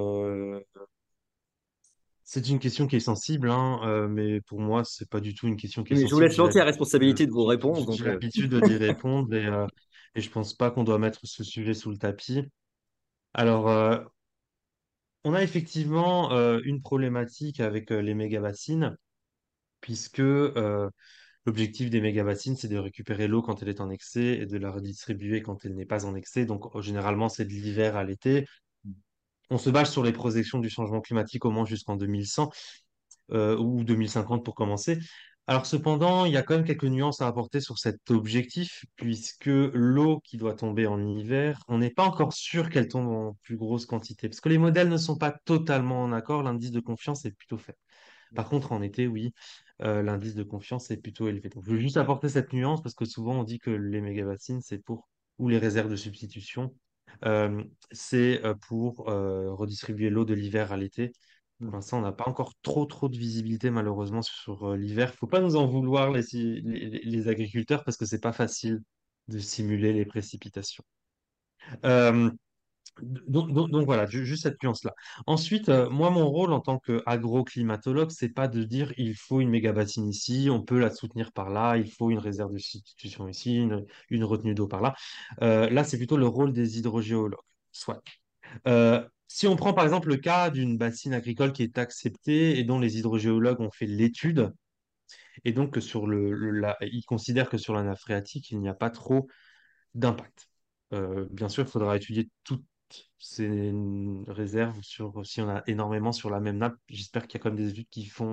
c'est une question qui est sensible, hein, mais pour moi, c'est pas du tout une question qui est Mais je vous sensible. laisse l'entière responsabilité de vos réponses. J'ai Donc, l'habitude d'y répondre et je pense pas qu'on doit mettre ce sujet sous le tapis. Alors, on a effectivement une problématique avec les méga-bassines, puisque l'objectif des méga-bassines, c'est de récupérer l'eau quand elle est en excès et de la redistribuer quand elle n'est pas en excès. Donc, généralement, c'est de l'hiver à l'été. on se base sur les projections du changement climatique au moins jusqu'en 2100 ou 2050 pour commencer. Alors cependant, il y a quand même quelques nuances à apporter sur cet objectif, puisque l'eau qui doit tomber en hiver, on n'est pas encore sûr qu'elle tombe en plus grosse quantité, parce que les modèles ne sont pas totalement en accord, l'indice de confiance est plutôt faible. Par contre, en été, oui, l'indice de confiance est plutôt élevé. Donc, je veux juste apporter cette nuance, parce que souvent on dit que les mégabassines, c'est pour, ou les réserves de substitution, euh, c'est pour redistribuer l'eau de l'hiver à l'été. Pour Mm. l'instant, on n'a pas encore trop de visibilité malheureusement sur l'hiver. Faut pas nous en vouloir les agriculteurs parce que c'est pas facile de simuler les précipitations. Euh, donc voilà, juste cette nuance-là. Ensuite, moi, mon rôle en tant qu'agroclimatologue, c'est pas de dire il faut une mégabassine ici, on peut la soutenir par là, il faut une réserve de substitution ici, une retenue d'eau par là. Là, c'est plutôt le rôle des hydrogéologues. Soit. Si on prend par exemple le cas d'une bassine agricole qui est acceptée et dont les hydrogéologues ont fait l'étude, et donc que ils considèrent que sur la nappe phréatique, il n'y a pas trop d'impact. Bien sûr, il faudra étudier toutes ces réserves sur s'il y en a énormément sur la même nappe. J'espère qu'il y a quand même des études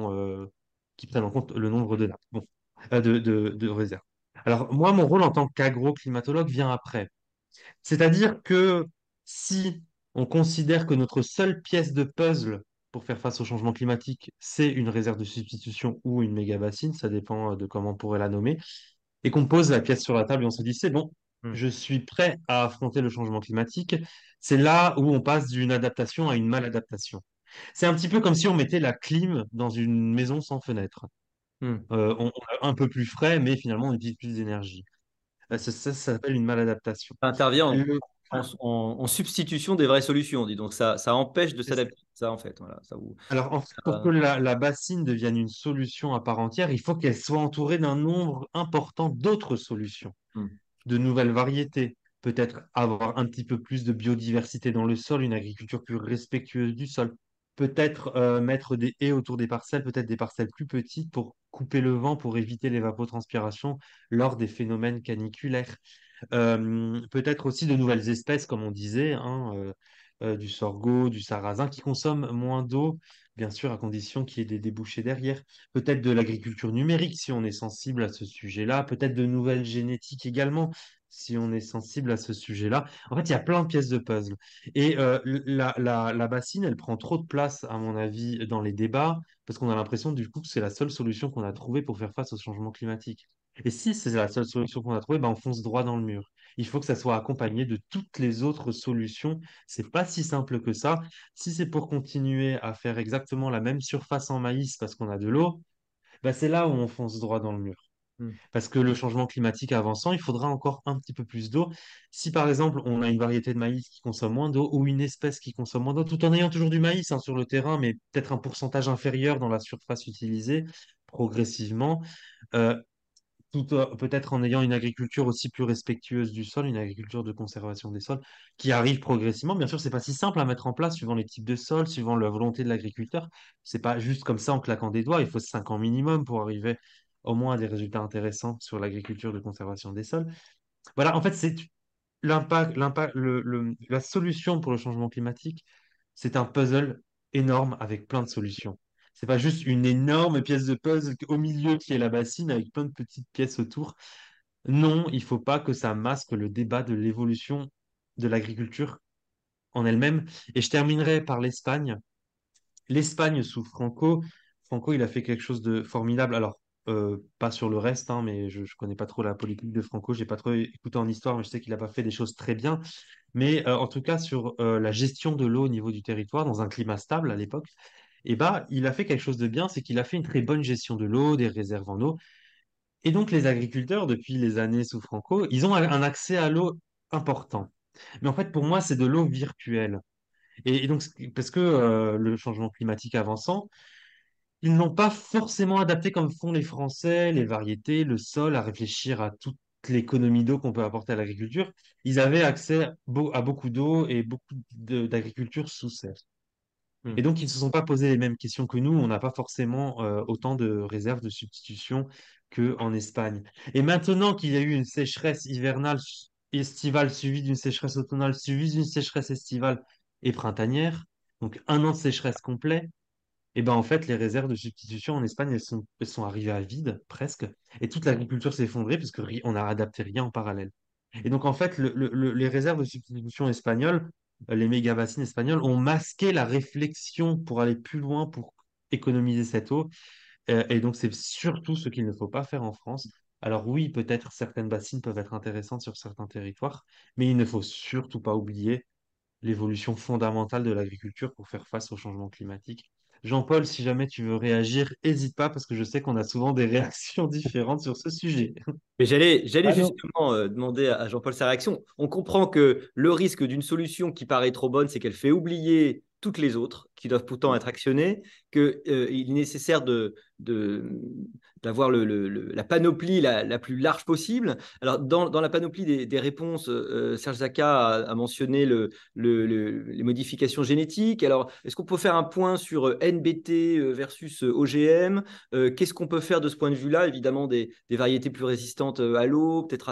qui prennent en compte le nombre de nappes, bon, de réserves. Alors moi, mon rôle en tant qu'agroclimatologue vient après. C'est-à-dire que si on considère que notre seule pièce de puzzle pour faire face au changement climatique, c'est une réserve de substitution ou une méga bassine, ça dépend de comment on pourrait la nommer, et qu'on pose la pièce sur la table et on se dit, c'est bon, Mm. je suis prêt à affronter le changement climatique, c'est là où on passe d'une adaptation à une maladaptation. C'est un petit peu comme si on mettait la clim dans une maison sans fenêtre. Mm. On a un peu plus frais, mais finalement on utilise plus d'énergie. Ça s'appelle une maladaptation. Ça intervient Le en substitution des vraies solutions, dit. Donc ça empêche de s'adapter. Ça, en fait, voilà, ça vous. Alors, en fait, pour que ça- la bassine devienne une solution à part entière, il faut qu'elle soit entourée d'un nombre important d'autres solutions, Mm. de nouvelles variétés, peut-être avoir un petit peu plus de biodiversité dans le sol, une agriculture plus respectueuse du sol, peut-être mettre des haies autour des parcelles, peut-être des parcelles plus petites pour couper le vent, pour éviter l'évapotranspiration lors des phénomènes caniculaires. Peut-être aussi de nouvelles espèces, comme on disait, hein, du sorgho, du sarrasin, qui consomment moins d'eau, bien sûr, à condition qu'il y ait des débouchés derrière. Peut-être de l'agriculture numérique, si on est sensible à ce sujet-là. Peut-être de nouvelles génétiques également, si on est sensible à ce sujet-là. En fait, il y a plein de pièces de puzzle. Et la bassine, elle prend trop de place, à mon avis, dans les débats, parce qu'on a l'impression, du coup, que c'est la seule solution qu'on a trouvée pour faire face au changement climatique. Et si c'est la seule solution qu'on a trouvée, ben on fonce droit dans le mur. Il faut que ça soit accompagné de toutes les autres solutions. C'est pas si simple que ça. Si c'est pour continuer à faire exactement la même surface en maïs parce qu'on a de l'eau, ben c'est là où on fonce droit dans le mur. Mm. Parce que le changement climatique avançant, il faudra encore un petit peu plus d'eau. Si par exemple on a une variété de maïs qui consomme moins d'eau ou une espèce qui consomme moins d'eau, tout en ayant toujours du maïs hein, sur le terrain, mais peut-être un pourcentage inférieur dans la surface utilisée progressivement, euh, peut-être en ayant une agriculture aussi plus respectueuse du sol, une agriculture de conservation des sols, qui arrive progressivement. Bien sûr, c'est pas si simple à mettre en place suivant les types de sols, suivant la volonté de l'agriculteur. C'est pas juste comme ça en claquant des doigts. Il faut 5 ans minimum pour arriver au moins à des résultats intéressants sur l'agriculture de conservation des sols. Voilà, en fait, c'est la solution pour le changement climatique, c'est un puzzle énorme avec plein de solutions. C'est pas juste une énorme pièce de puzzle au milieu qui est la bassine avec plein de petites pièces autour. Non, il faut pas que ça masque le débat de l'évolution de l'agriculture en elle-même. Et je terminerai par l'Espagne. L'Espagne sous Franco, Franco, il a fait quelque chose de formidable. Alors, pas sur le reste, hein, mais je ne connais pas trop la politique de Franco. J'ai pas trop écouté en histoire, mais je sais qu'il n'a pas fait des choses très bien. Mais en tout cas, sur la gestion de l'eau au niveau du territoire, dans un climat stable à l'époque, eh ben, il a fait quelque chose de bien, c'est qu'il a fait une très bonne gestion de l'eau, des réserves en eau. Et donc, les agriculteurs, depuis les années sous Franco, ils ont un accès à l'eau important. Mais en fait, pour moi, c'est de l'eau virtuelle. Et donc, parce que le changement climatique avançant, ils n'ont pas forcément adapté comme font les Français, les variétés, le sol, à réfléchir à toute l'économie d'eau qu'on peut apporter à l'agriculture. Ils avaient accès à beaucoup d'eau et beaucoup d'agriculture sous serre. Et Mm. donc, ils ne se sont pas posé les mêmes questions que nous. On n'a pas forcément autant de réserves de substitution qu'en Espagne. Et maintenant qu'il y a eu une sécheresse hivernale, estivale suivie d'une sécheresse automnale, suivie d'une sécheresse estivale, et printanière, donc un an de sécheresse complet, et ben en fait, les réserves de substitution en Espagne, elles sont arrivées à vide, presque, et toute l'agriculture s'est effondrée parce on n'a adapté rien en parallèle. Et donc, en fait, les réserves de substitution espagnoles, les méga-bassines espagnoles, ont masqué la réflexion pour aller plus loin, pour économiser cette eau. Et donc, c'est surtout ce qu'il ne faut pas faire en France. Alors oui, peut-être certaines bassines peuvent être intéressantes sur certains territoires, mais il ne faut surtout pas oublier l'évolution fondamentale de l'agriculture pour faire face au changement climatique. Jean-Paul, si jamais tu veux réagir, n'hésite pas parce que je sais qu'on a souvent des réactions différentes sur ce sujet. Mais j'allais Alors, justement demander à Jean-Paul sa réaction. On comprend que le risque d'une solution qui paraît trop bonne, c'est qu'elle fait oublier toutes les autres qui doivent pourtant être actionnées, qu'il est nécessaire d'avoir la panoplie la plus large possible. Alors, dans la panoplie des réponses, Serge Zaka a mentionné les modifications génétiques. Alors, est-ce qu'on peut faire un point sur NBT versus OGM? Qu'est-ce qu'on peut faire de ce point de vue-là? Évidemment, des variétés plus résistantes à l'eau, peut-être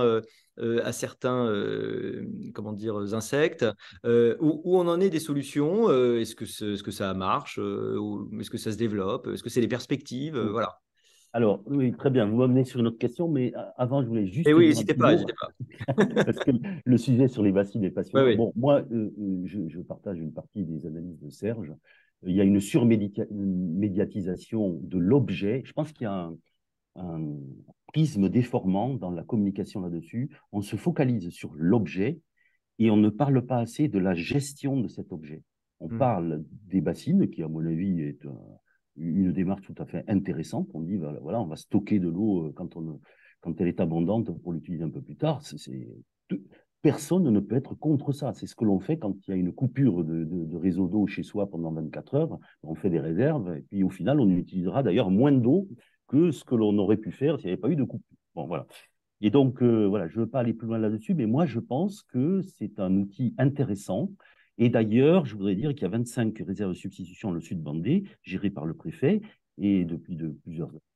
à certains comment dire, insectes. Où on en est des solutions? Est-ce que ça marche? Est-ce que ça se développe? Est-ce que c'est des perspectives? Voilà. alors, oui, très bien, vous m'amenez sur une autre question, mais avant, je voulais Et juste oui, dire un n'hésitez petit pas, mot, n'hésitez pas. parce que le sujet sur les bassines est Oui, passionnant. oui. Bon, moi, je partage une partie des analyses de Serge. Il y a une surmédiatisation de l'objet. Je pense qu'il y a un prisme déformant dans la communication là-dessus. On se focalise sur l'objet et on ne parle pas assez de la gestion de cet objet. On Hmm. parle des bassines, qui, à mon avis, est une démarche tout à fait intéressante. On dit, voilà, on va stocker de l'eau quand elle est abondante pour l'utiliser un peu plus tard. Personne ne peut être contre ça. C'est ce que l'on fait quand il y a une coupure de réseau d'eau chez soi pendant 24 heures. On fait des réserves et puis au final, on utilisera d'ailleurs moins d'eau que ce que l'on aurait pu faire s'il n'y avait pas eu de coupure. Bon, voilà. Et donc, voilà, je ne veux pas aller plus loin là-dessus, mais moi, je pense que c'est un outil intéressant. Et d'ailleurs, je voudrais dire qu'il y a 25 réserves de substitution dans le sud Vendée, gérées par le préfet, et depuis plusieurs années,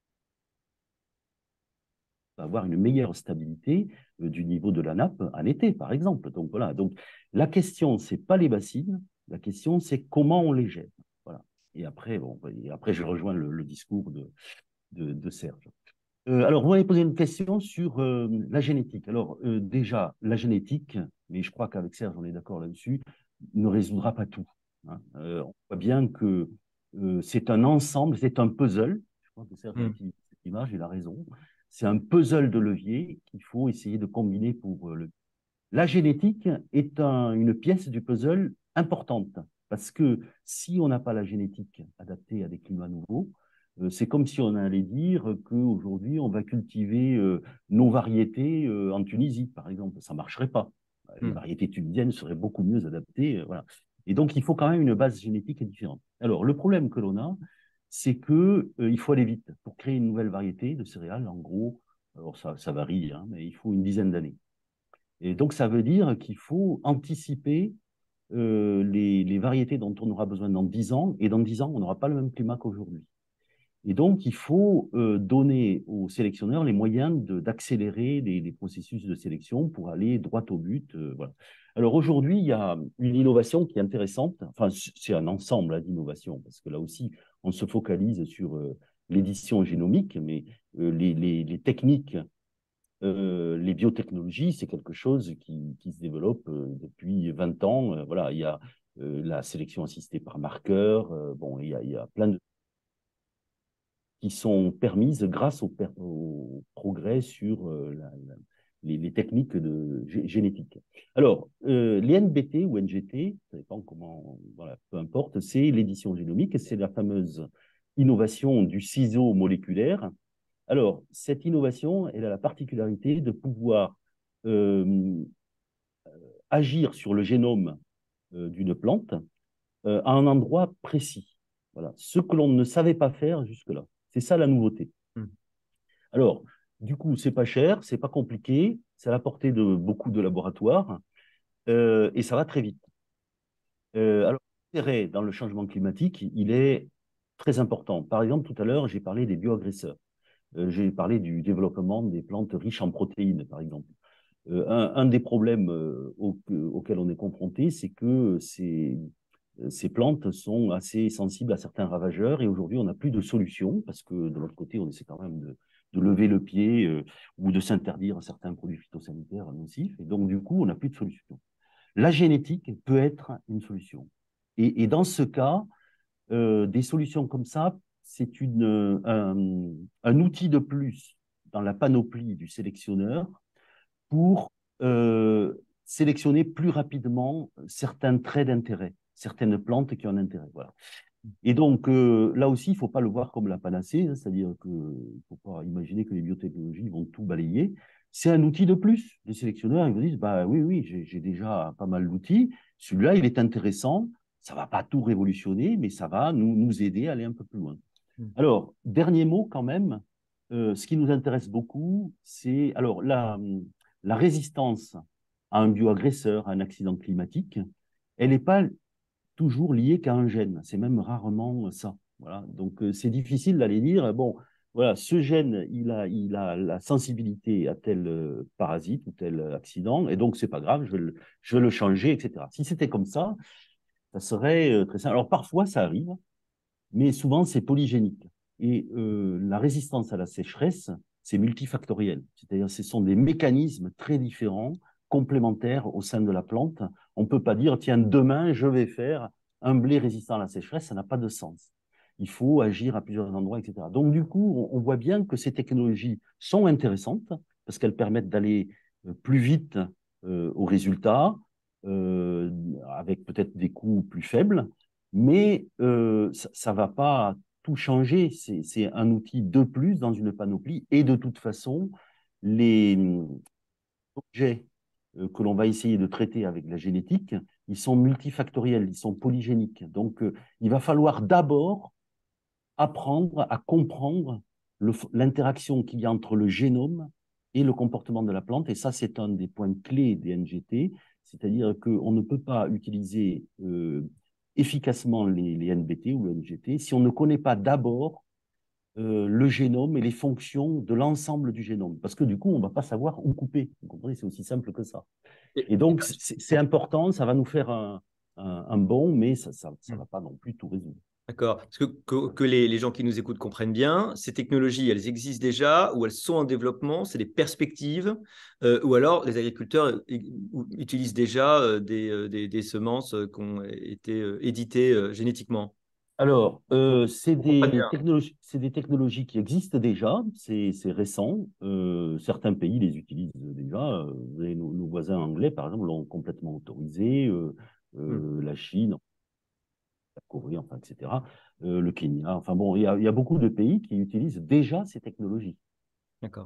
on va avoir une meilleure stabilité du niveau de la nappe en été, par exemple. Donc, voilà. Donc, la question, ce n'est pas les bassines, la question, c'est comment on les gère. Voilà. Et après, bon, et après je rejoins le discours de Serge. Alors, vous m'avez posé une question sur la génétique. Alors, déjà, la génétique, mais je crois qu'avec Serge, on est d'accord là-dessus, ne résoudra pas tout, hein. On voit bien que c'est un ensemble, c'est un puzzle. Je crois que Serge a Hmm. utilisé cette image, il a raison. C'est un puzzle de leviers qu'il faut essayer de combiner pour le. La génétique est une pièce du puzzle importante parce que si on n'a pas la génétique adaptée à des climats nouveaux, c'est comme si on allait dire qu'aujourd'hui, on va cultiver nos variétés en Tunisie, par exemple. Ça ne marcherait pas. Les Hmm. variétés tunisiennes seraient beaucoup mieux adaptées. Voilà. Et donc, il faut quand même une base génétique différente. Alors, le problème que l'on a, c'est qu'il faut aller vite. Pour créer une nouvelle variété de céréales, en gros, alors ça varie, hein, mais il faut une dizaine d'années. Et donc, ça veut dire qu'il faut anticiper les variétés dont on aura besoin dans 10 ans. Et dans 10 ans, on n'aura pas le même climat qu'aujourd'hui. Et donc, il faut donner aux sélectionneurs les moyens d'accélérer les processus de sélection pour aller droit au but. Voilà. Alors aujourd'hui, il y a une innovation qui est intéressante. Enfin, c'est un ensemble d'innovations, parce que là aussi, on se focalise sur l'édition génomique, mais les techniques, les biotechnologies, c'est quelque chose qui se développe depuis 20 ans. Voilà, il y a la sélection assistée par marqueur. Bon, il y a plein de qui sont permises grâce au progrès sur les techniques génétiques. Alors, les NBT ou NGT, ça dépend comment, voilà, peu importe, c'est l'édition génomique, c'est la fameuse innovation du ciseau moléculaire. Alors, cette innovation, elle a la particularité de pouvoir euh, agir sur le génome d'une plante à un endroit précis. Voilà, ce que l'on ne savait pas faire jusque-là. C'est ça la nouveauté. Hmm. Alors, du coup, c'est pas cher, c'est pas compliqué, c'est à la portée de beaucoup de laboratoires et ça va très vite. Alors, l'intérêt dans le changement climatique, il est très important. Par exemple, tout à l'heure, j'ai parlé des bioagresseurs. J'ai parlé du développement des plantes riches en protéines, par exemple. Un des problèmes auxquels on est confronté, c'est que ces plantes sont assez sensibles à certains ravageurs et aujourd'hui, on n'a plus de solution parce que de l'autre côté, on essaie quand même de lever le pied ou de s'interdire certains produits phytosanitaires nocifs. Et donc, du coup, on n'a plus de solution. La génétique peut être une solution. Et dans ce cas, des solutions comme ça, c'est un outil de plus dans la panoplie du sélectionneur pour sélectionner plus rapidement certains traits d'intérêt, certaines plantes qui ont un intérêt. Voilà. Et donc, là aussi, il ne faut pas le voir comme la panacée, hein, c'est-à-dire qu'il ne faut pas imaginer que les biotechnologies vont tout balayer. C'est un outil de plus. Les sélectionneurs, ils vous disent, bah, oui, oui, j'ai déjà pas mal d'outils. Celui-là, il est intéressant. Ça ne va pas tout révolutionner, mais ça va nous aider à aller un peu plus loin. Alors, dernier mot quand même, ce qui nous intéresse beaucoup, c'est alors la résistance à un bioagresseur, à un accident climatique, elle n'est pas toujours liée qu'à un gène. C'est même rarement ça. Voilà. Donc, c'est difficile d'aller dire, bon, voilà, ce gène, il a la sensibilité à tel parasite ou tel accident, et donc, c'est pas grave, je vais le changer, etc. Si c'était comme ça serait très simple. Alors, parfois, ça arrive, mais souvent, c'est polygénique. Et la résistance à la sécheresse, c'est multifactoriel. C'est-à-dire, ce sont des mécanismes très différents, complémentaires au sein de la plante. On ne peut pas dire, tiens, demain, je vais faire un blé résistant à la sécheresse. Ça n'a pas de sens. Il faut agir à plusieurs endroits, etc. Donc, du coup, on voit bien que ces technologies sont intéressantes parce qu'elles permettent d'aller plus vite aux résultats, avec peut-être des coûts plus faibles, mais ça ne va pas tout changer. C'est un outil de plus dans une panoplie. Et de toute façon, les objets que l'on va essayer de traiter avec la génétique, ils sont multifactoriels, ils sont polygéniques. Donc, il va falloir d'abord apprendre à comprendre l'interaction qu'il y a entre le génome et le comportement de la plante. Et ça, c'est un des points clés des NGT, c'est-à-dire qu'on ne peut pas utiliser efficacement les NBT ou le NGT si on ne connaît pas d'abord le génome et les fonctions de l'ensemble du génome. Parce que du coup, on ne va pas savoir où couper. Vous comprenez, c'est aussi simple que ça. Et donc, c'est important, ça va nous faire un bond, mais ça ne va pas non plus tout résoudre. D'accord. Parce que les gens qui nous écoutent comprennent bien, ces technologies, elles existent déjà ou elles sont en développement, c'est des perspectives, ou alors les agriculteurs utilisent déjà des semences qui ont été éditées génétiquement. Alors, c'est On comprend bien. des technologies qui existent déjà, c'est récent. Certains pays les utilisent déjà. Vous avez nos voisins anglais, par exemple, l'ont complètement autorisé. Hmm. La Chine, la Corée, enfin, etc. Le Kenya. Enfin bon, il y a beaucoup de pays qui utilisent déjà ces technologies. D'accord.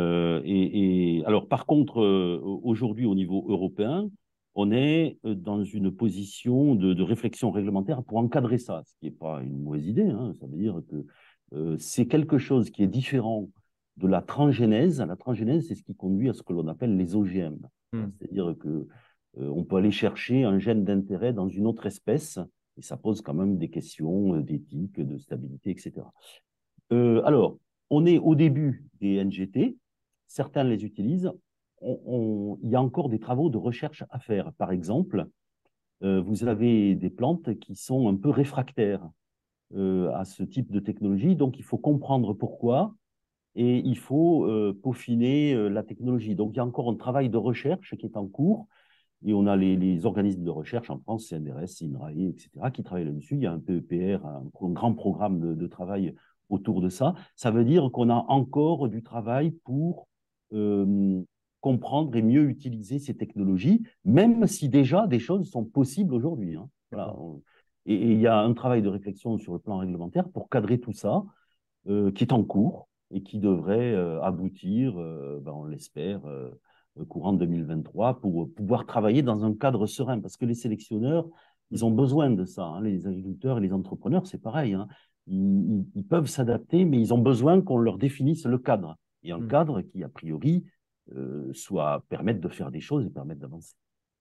Alors, par contre, aujourd'hui, au niveau européen, on est dans une position de réflexion réglementaire pour encadrer ça, ce qui n'est pas une mauvaise idée, hein. Ça veut dire que c'est quelque chose qui est différent de la transgénèse. La transgénèse, c'est ce qui conduit à ce que l'on appelle les OGM. Hmm. C'est-à-dire que on peut aller chercher un gène d'intérêt dans une autre espèce, et ça pose quand même des questions d'éthique, de stabilité, etc. Alors, on est au début des NGT, certains les utilisent. Il y a encore des travaux de recherche à faire. Par exemple, vous avez des plantes qui sont un peu réfractaires à ce type de technologie, donc il faut comprendre pourquoi et il faut peaufiner la technologie. Donc, il y a encore un travail de recherche qui est en cours et on a les organismes de recherche en France, CNRS, INRAE, etc., qui travaillent là-dessus. Il y a un PEPR, un grand programme de travail autour de ça. Ça veut dire qu'on a encore du travail pour euh, comprendre et mieux utiliser ces technologies, même si déjà des choses sont possibles aujourd'hui, hein. Voilà. Et il y a un travail de réflexion sur le plan réglementaire pour cadrer tout ça, qui est en cours et qui devrait aboutir, on l'espère, courant 2023, pour pouvoir travailler dans un cadre serein. Parce que les sélectionneurs, ils ont besoin de ça, hein. Les agriculteurs et les entrepreneurs, c'est pareil, hein. Ils peuvent s'adapter, mais ils ont besoin qu'on leur définisse le cadre. Et un Hmm. cadre qui, a priori, soit permette de faire des choses et permette d'avancer.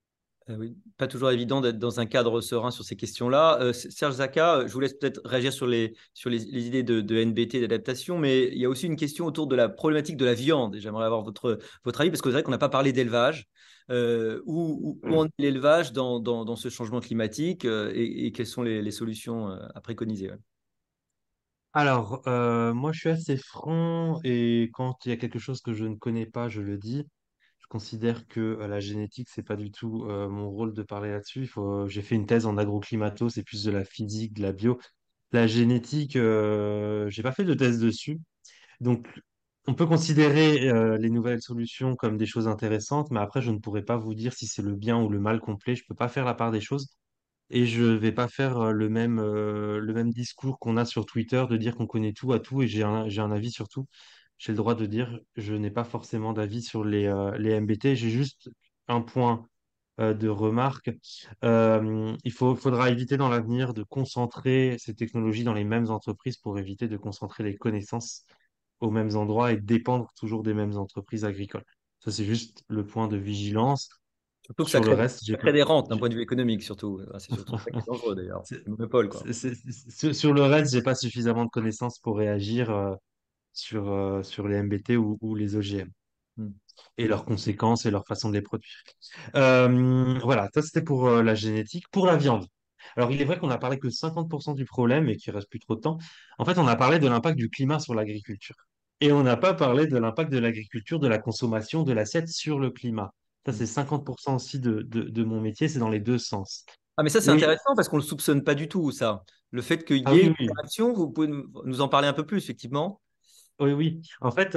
Oui, pas toujours évident d'être dans un cadre serein sur ces questions-là. Serge Zaka, je vous laisse peut-être réagir sur les idées de NBT, d'adaptation, mais il y a aussi une question autour de la problématique de la viande. Et j'aimerais avoir votre avis, parce que c'est vrai qu'on n'a pas parlé d'élevage. Où en est l'élevage dans ce changement climatique et quelles sont les solutions à préconiser, ouais. Alors, moi, je suis assez franc et quand il y a quelque chose que je ne connais pas, je le dis. Je considère que la génétique, c'est pas du tout mon rôle de parler là-dessus. J'ai fait une thèse en agroclimato, c'est plus de la physique, de la bio. La génétique, j'ai pas fait de thèse dessus. Donc, on peut considérer les nouvelles solutions comme des choses intéressantes, mais après, je ne pourrais pas vous dire si c'est le bien ou le mal complet. Je peux pas faire la part des choses. Et je vais pas faire le même discours qu'on a sur Twitter de dire qu'on connaît tout à tout et j'ai un avis sur tout. J'ai le droit de dire je n'ai pas forcément d'avis sur les MBT. J'ai juste un point de remarque. Faudra éviter dans l'avenir de concentrer ces technologies dans les mêmes entreprises pour éviter de concentrer les connaissances aux mêmes endroits et dépendre toujours des mêmes entreprises agricoles. Ça, c'est juste le point de vigilance. Surtout que Sur le reste, ça crée des rentes d'un point de vue économique, surtout. C'est surtout ça qui est dangereux, d'ailleurs. C'est- Le monopole, quoi. sur le reste, j'ai pas suffisamment de connaissances pour réagir sur les MBT ou les OGM Hmm. et leurs conséquences et leur façon de les produire. Voilà, ça c'était pour la génétique. Pour la viande. Alors, il est vrai qu'on a parlé que 50% du problème et qu'il reste plus trop de temps. En fait, on a parlé de l'impact du climat sur l'agriculture. Et on n'a pas parlé de l'impact de l'agriculture, de la consommation de l'assiette sur le climat. Ça, Hmm. c'est 50% aussi de mon métier, c'est dans les deux sens. Ah, mais ça, c'est Et, intéressant parce qu'on ne le soupçonne pas du tout, ça. Le fait qu'il ah y ait oui, une oui. interaction, vous pouvez nous en parler un peu plus, effectivement. Oui, oui. En fait,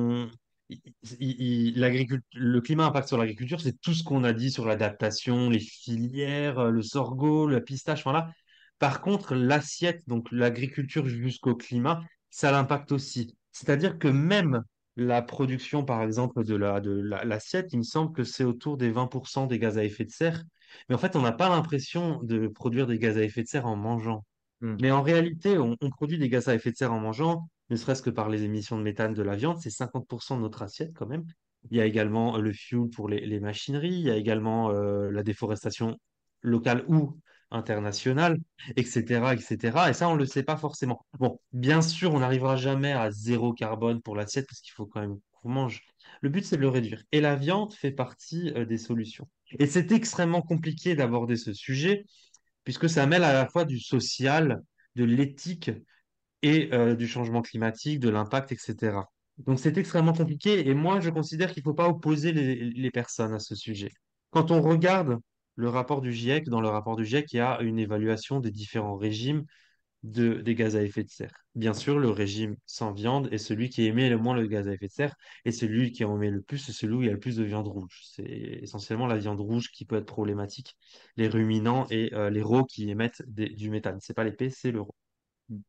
le climat impact sur l'agriculture, c'est tout ce qu'on a dit sur l'adaptation, les filières, le sorgho, la pistache, voilà. Par contre, l'assiette, donc l'agriculture jusqu'au climat, ça l'impacte aussi. C'est-à-dire que même la production, par exemple, l'assiette, il me semble que c'est autour des 20% des gaz à effet de serre. Mais en fait, on n'a pas l'impression de produire des gaz à effet de serre en mangeant. Hmm. Mais en réalité, on produit des gaz à effet de serre en mangeant, ne serait-ce que par les émissions de méthane de la viande, c'est 50% de notre assiette quand même. Il y a également le fuel pour les machineries, il y a également la déforestation locale ou internationale, etc., etc. Et ça, on ne le sait pas forcément. Bon, bien sûr, on n'arrivera jamais à zéro carbone pour l'assiette parce qu'il faut quand même qu'on mange. Le but, c'est de le réduire. Et la viande fait partie des solutions. Et c'est extrêmement compliqué d'aborder ce sujet puisque ça mêle à la fois du social, de l'éthique et du changement climatique, de l'impact, etc. Donc c'est extrêmement compliqué et moi je considère qu'il ne faut pas opposer les personnes à ce sujet. Quand on regarde le rapport du GIEC, dans le rapport du GIEC, il y a une évaluation des différents régimes des gaz à effet de serre. Bien sûr, le régime sans viande est celui qui émet le moins le gaz à effet de serre et celui qui en émet le plus, c'est celui où il y a le plus de viande rouge. C'est essentiellement la viande rouge qui peut être problématique, les ruminants et les rots qui émettent du méthane. C'est pas l'épée, c'est le rot. Hmm.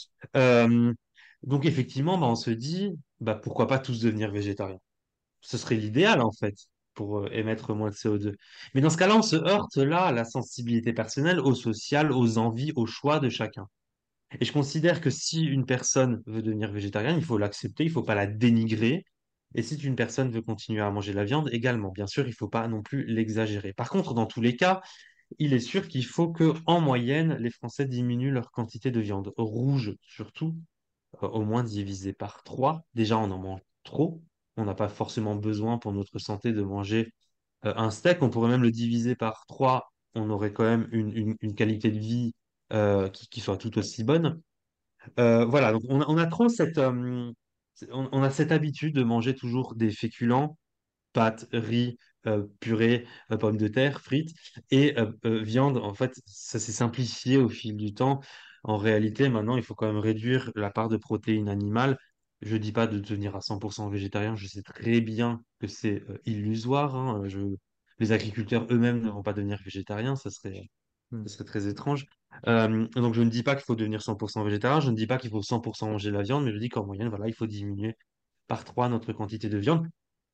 Euh, donc effectivement, bah, on se dit, bah, pourquoi pas tous devenir végétariens? Ce serait l'idéal en fait pour émettre moins de CO2. Mais dans ce cas-là, on se heurte là à la sensibilité personnelle, au social, aux envies, aux choix de chacun. Et je considère que si une personne veut devenir végétarienne, il faut l'accepter, il ne faut pas la dénigrer. Et si une personne veut continuer à manger de la viande, également, bien sûr, il ne faut pas non plus l'exagérer. Par contre, dans tous les cas, il est sûr qu'il faut que, en moyenne, les Français diminuent leur quantité de viande rouge, surtout, au moins divisé par 3. Déjà, on en mange trop. On n'a pas forcément besoin pour notre santé de manger un steak. On pourrait même le diviser par 3. On aurait quand même une qualité de vie qui soit tout aussi bonne. Voilà, donc on a trop on a cette habitude de manger toujours des féculents, pâtes, riz, purée, pommes de terre, frites et viande. En fait, ça s'est simplifié au fil du temps. En réalité, maintenant, il faut quand même réduire la part de protéines animales. Je dis pas de devenir à 100% végétarien, je sais très bien que c'est illusoire, hein. Les agriculteurs eux-mêmes ne vont pas devenir végétariens, Hmm. ce serait très étrange. Donc, je ne dis pas qu'il faut devenir 100% végétarien, je ne dis pas qu'il faut 100% manger de la viande, mais je dis qu'en moyenne, voilà, il faut diminuer par 3 notre quantité de viande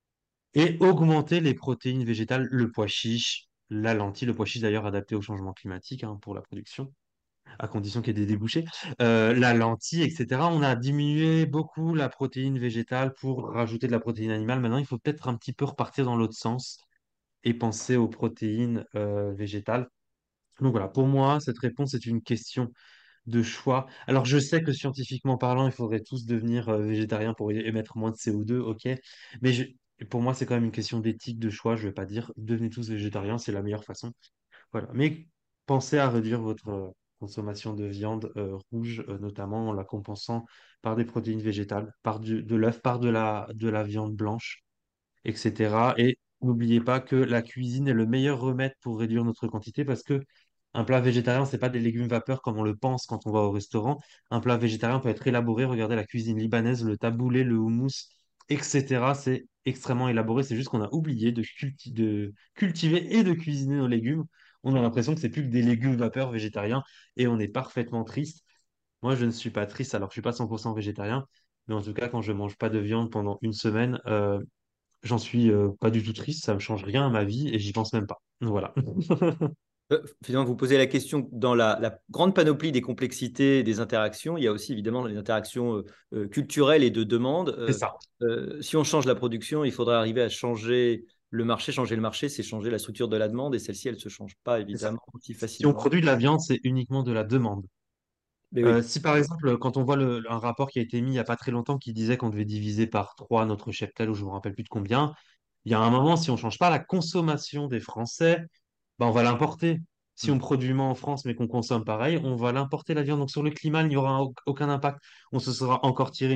et augmenter les protéines végétales, le pois chiche, la lentille, le pois chiche d'ailleurs adapté au changement climatique hein, pour la production, à condition qu'il y ait des débouchés, la lentille, etc. On a diminué beaucoup la protéine végétale pour rajouter de la protéine animale. Maintenant, il faut peut-être un petit peu repartir dans l'autre sens et penser aux protéines végétales. Donc voilà, pour moi, cette réponse est une question de choix. Alors, je sais que scientifiquement parlant, il faudrait tous devenir végétariens pour émettre moins de CO2, ok. Mais pour moi, c'est quand même une question d'éthique, de choix. Je ne vais pas dire devenez tous végétariens, c'est la meilleure façon. Voilà. Mais pensez à réduire votre consommation de viande rouge, notamment en la compensant par des protéines végétales, de l'œuf, par de la viande blanche, etc. Et n'oubliez pas que la cuisine est le meilleur remède pour réduire notre quantité parce que un plat végétarien, c'est pas des légumes vapeur comme on le pense quand on va au restaurant. Un plat végétarien peut être élaboré. Regardez la cuisine libanaise, le taboulé, le houmous, etc. C'est extrêmement élaboré. C'est juste qu'on a oublié de cultiver et de cuisiner nos légumes. On a l'impression que c'est plus que des légumes vapeur végétariens et on est parfaitement triste. Moi, je ne suis pas triste, alors je suis pas 100% végétarien. Mais en tout cas, quand je mange pas de viande pendant une semaine, j'en suis pas du tout triste, ça me change rien à ma vie et j'y pense même pas. Voilà. Finalement, vous posez la question dans la grande panoplie des complexités des interactions. Il y a aussi évidemment les interactions culturelles et de demande. C'est ça. Si on change la production, il faudrait arriver à changer le marché. Changer le marché, c'est changer la structure de la demande et celle-ci, elle ne se change pas C'est ça. évidemment aussi Si on facilement. produit de la viande, c'est uniquement de la demande. Mais oui. Si par exemple, quand on voit un rapport qui a été mis il n'y a pas très longtemps qui disait qu'on devait diviser par 3 notre cheptel, ou je ne me rappelle plus de combien, il y a un moment, si on ne change pas la consommation des Français, bah, on va l'importer. Si Mm. on produit moins en France mais qu'on consomme pareil, on va l'importer la viande. Donc sur le climat, il n'y aura aucun impact. On se sera encore tiré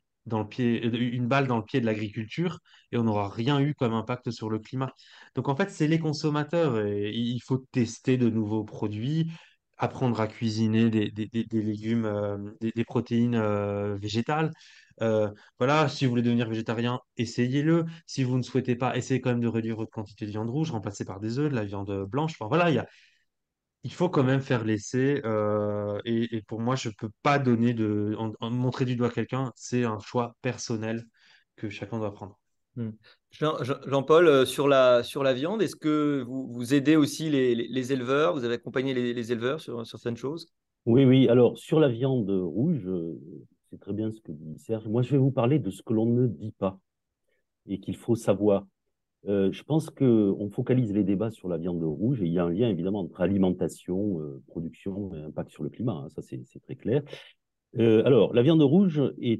une balle dans le pied de l'agriculture et on n'aura rien eu comme impact sur le climat. Donc en fait, c'est les consommateurs et il faut tester de nouveaux produits, apprendre à cuisiner des légumes, des protéines végétales. Euh, voilà, si vous voulez devenir végétarien, essayez-le. Si vous ne souhaitez pas, essayez quand même de réduire votre quantité de viande rouge, remplacez par des œufs, de la viande blanche. Enfin voilà, il faut quand même faire l'essai. Et pour moi, je ne peux pas donner montrer du doigt quelqu'un. C'est un choix personnel que chacun doit prendre. Mm. Jean-Paul, sur la viande, est-ce que vous aidez aussi les éleveurs? Vous avez accompagné les éleveurs sur certaines choses? Oui, oui. Alors, sur la viande rouge, c'est très bien ce que dit Serge. Moi, je vais vous parler de ce que l'on ne dit pas et qu'il faut savoir. Je pense qu'on focalise les débats sur la viande rouge et il y a un lien évidemment entre alimentation, production et impact sur le climat, hein, ça c'est très clair. Alors, la viande rouge est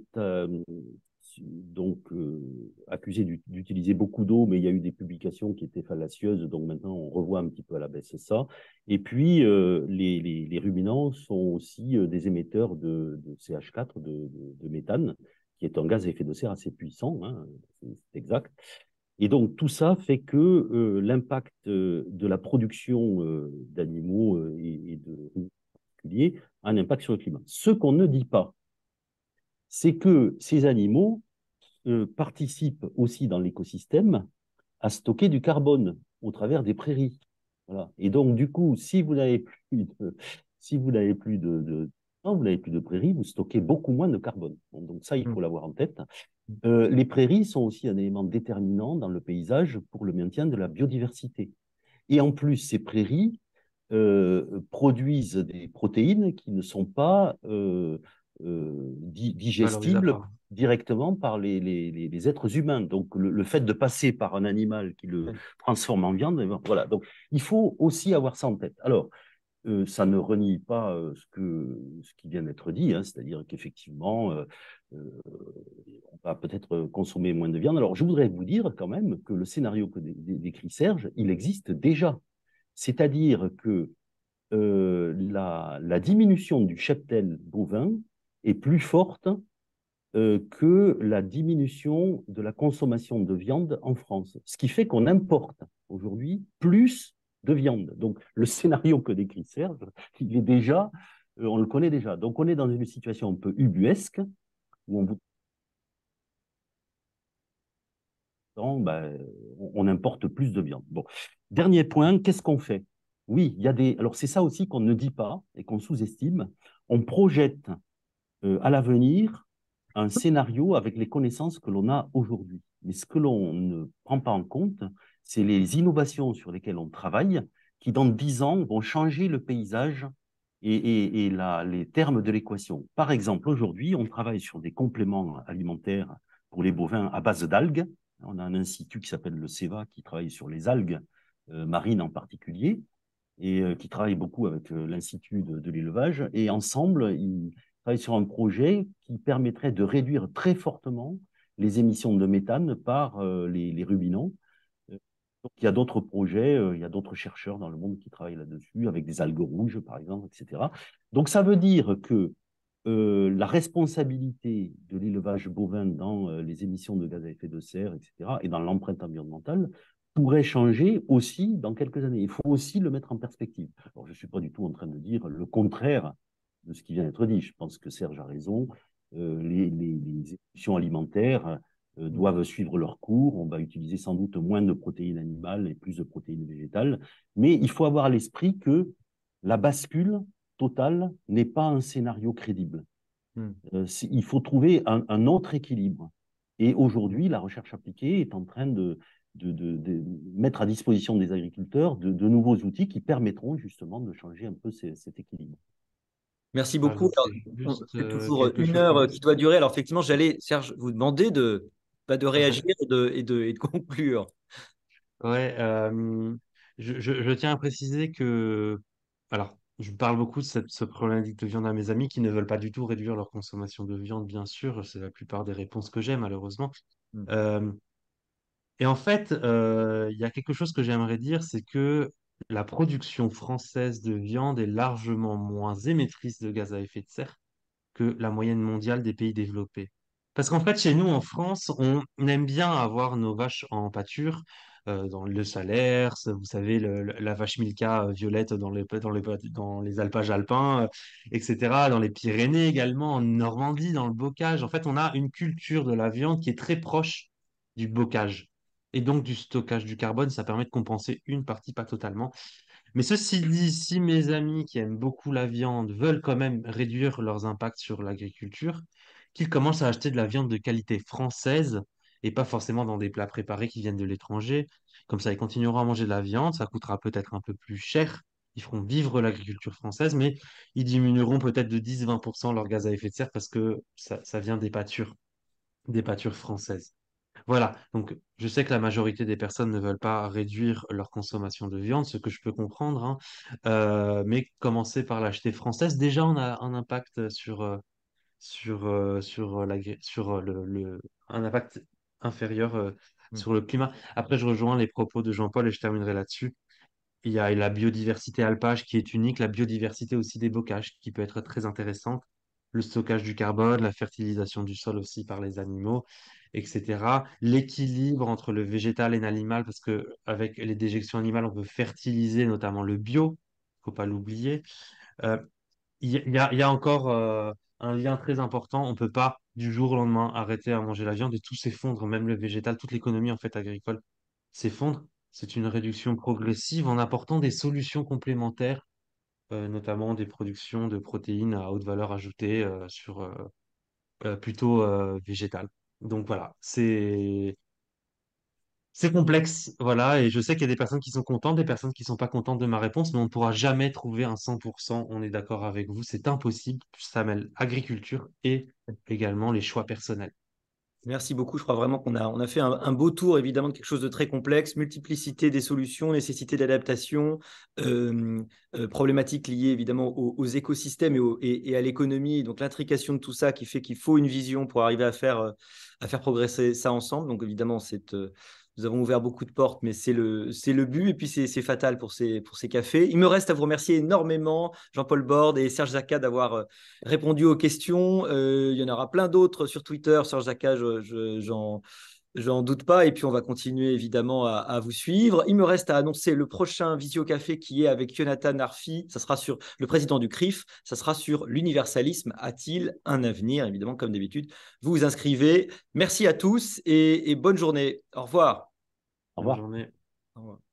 donc accusée d'utiliser beaucoup d'eau, mais il y a eu des publications qui étaient fallacieuses, donc maintenant on revoit un petit peu à la baisse ça. Et puis, les ruminants sont aussi des émetteurs de CH4, de méthane, qui est un gaz à effet de serre assez puissant, hein, c'est exact. Et donc, tout ça fait que l'impact de la production d'animaux et de particulier a un impact sur le climat. Ce qu'on ne dit pas, c'est que ces animaux participent aussi dans l'écosystème à stocker du carbone au travers des prairies. Voilà. Et donc, du coup, si vous n'avez plus non, vous n'avez plus de prairies, vous stockez beaucoup moins de carbone. Bon, donc ça, il Mm. faut l'avoir en tête. Les prairies sont aussi un élément déterminant dans le paysage pour le maintien de la biodiversité. Et en plus, ces prairies produisent des protéines qui ne sont pas Valorisable, digestibles pardon. directement par les êtres humains. Donc, le fait de passer par un animal qui le Oui. transforme en viande, eh ben, voilà. Donc, il faut aussi avoir ça en tête. Alors, ça ne renie pas ce qui vient d'être dit, hein, c'est-à-dire qu'effectivement, euh, on va peut-être consommer moins de viande. Alors, je voudrais vous dire quand même que le scénario que décrit Serge, il existe déjà. C'est-à-dire que la diminution du cheptel bovin est plus forte que la diminution de la consommation de viande en France. Ce qui fait qu'on importe aujourd'hui plus de viande. Donc le scénario que décrit Serge, il est déjà, on le connaît déjà. Donc on est dans une situation un peu ubuesque où on importe plus de viande. Bon. Dernier point, qu'est-ce qu'on fait? Oui, il y a des. Alors c'est ça aussi qu'on ne dit pas et qu'on sous-estime. On projette à l'avenir un scénario avec les connaissances que l'on a aujourd'hui. Mais ce que l'on ne prend pas en compte, c'est les innovations sur lesquelles on travaille, qui dans 10 ans vont changer le paysage et les termes de l'équation. Par exemple, aujourd'hui, on travaille sur des compléments alimentaires pour les bovins à base d'algues. On a un institut qui s'appelle le CEVA, qui travaille sur les algues marines en particulier, et qui travaille beaucoup avec l'Institut de l'élevage. Et ensemble, ils travaillent sur un projet qui permettrait de réduire très fortement les émissions de méthane par les ruminants. Donc, il y a d'autres projets, il y a d'autres chercheurs dans le monde qui travaillent là-dessus, avec des algues rouges, par exemple, etc. Donc, ça veut dire que la responsabilité de l'élevage bovin dans les émissions de gaz à effet de serre, etc., et dans l'empreinte environnementale, pourrait changer aussi dans quelques années. Il faut aussi le mettre en perspective. Alors, je ne suis pas du tout en train de dire le contraire de ce qui vient d'être dit. Je pense que Serge a raison. Les émissions alimentaires doivent suivre leur cours. On va utiliser sans doute moins de protéines animales et plus de protéines végétales. Mais il faut avoir à l'esprit que la bascule totale n'est pas un scénario crédible. Il faut trouver un autre équilibre. Et aujourd'hui, la recherche appliquée est en train de mettre à disposition des agriculteurs de nouveaux outils qui permettront justement de changer un peu cet équilibre. Merci beaucoup. Alors, Rajouter juste c'est toujours quelque une chose. heure qui doit durer. Alors, effectivement, j'allais, Serge, vous demander de réagir et de conclure. Ouais, je tiens à préciser que, alors, je parle beaucoup de ce problématique de viande à mes amis qui ne veulent pas du tout réduire leur consommation de viande, bien sûr. C'est la plupart des réponses que j'ai, malheureusement. Mm. Euh, et en fait, il y a quelque chose que j'aimerais dire, c'est que la production française de viande est largement moins émettrice de gaz à effet de serre que la moyenne mondiale des pays développés. Parce qu'en fait, chez nous, en France, on aime bien avoir nos vaches en pâture, dans le Salers, vous savez, la vache Milka violette dans les alpages alpins, etc., dans les Pyrénées également, en Normandie, dans le bocage. En fait, on a une culture de la viande qui est très proche du bocage. Et donc du stockage du carbone, ça permet de compenser une partie, pas totalement. Mais ceci dit, si mes amis qui aiment beaucoup la viande veulent quand même réduire leurs impacts sur l'agriculture, qu'ils commencent à acheter de la viande de qualité française et pas forcément dans des plats préparés qui viennent de l'étranger. Comme ça, ils continueront à manger de la viande, ça coûtera peut-être un peu plus cher. Ils feront vivre l'agriculture française, mais ils diminueront peut-être de 10-20% leur gaz à effet de serre parce que ça vient des pâtures françaises. Voilà, donc je sais que la majorité des personnes ne veulent pas réduire leur consommation de viande, ce que je peux comprendre, hein. Mais commencer par l'acheter française, déjà on a un impact un impact inférieur Mm. sur le climat. Après, je rejoins les propos de Jean-Paul et je terminerai là-dessus. Il y a la biodiversité alpage qui est unique, la biodiversité aussi des bocages qui peut être très intéressante, le stockage du carbone, la fertilisation du sol aussi par les animaux, etc. L'équilibre entre le végétal et l'animal, parce que avec les déjections animales, on peut fertiliser notamment le bio, faut pas l'oublier. Euh, il y a encore un lien très important. On ne peut pas du jour au lendemain arrêter à manger la viande et tout s'effondre, même le végétal, toute l'économie en fait agricole s'effondre. C'est une réduction progressive en apportant des solutions complémentaires, notamment des productions de protéines à haute valeur ajoutée plutôt végétales. Donc voilà, c'est complexe, voilà, et je sais qu'il y a des personnes qui sont contentes, des personnes qui sont pas contentes de ma réponse, mais on ne pourra jamais trouver un 100%, on est d'accord avec vous, c'est impossible, ça mêle agriculture et également les choix personnels. Merci beaucoup. Je crois vraiment qu'on a fait un beau tour, évidemment, de quelque chose de très complexe. Multiplicité des solutions, nécessité d'adaptation, euh, problématiques liées évidemment aux écosystèmes et à l'économie. Donc l'intrication de tout ça qui fait qu'il faut une vision pour arriver à faire progresser ça ensemble. Donc évidemment, nous avons ouvert beaucoup de portes, mais c'est le but. Et puis c'est fatal pour ces cafés. Il me reste à vous remercier énormément, Jean-Paul Borde et Serge Zaka, d'avoir répondu aux questions. Il y en aura plein d'autres sur Twitter. Serge Zaka, j'en doute pas. Et puis, on va continuer évidemment à vous suivre. Il me reste à annoncer le prochain Visio Café qui est avec Jonathan Arfi. Ça sera sur le président du CRIF. Ça sera sur l'universalisme. A-t-il un avenir? Évidemment, comme d'habitude, vous vous inscrivez. Merci à tous et bonne journée. Au revoir. Au Bonne revoir. journée. Au revoir.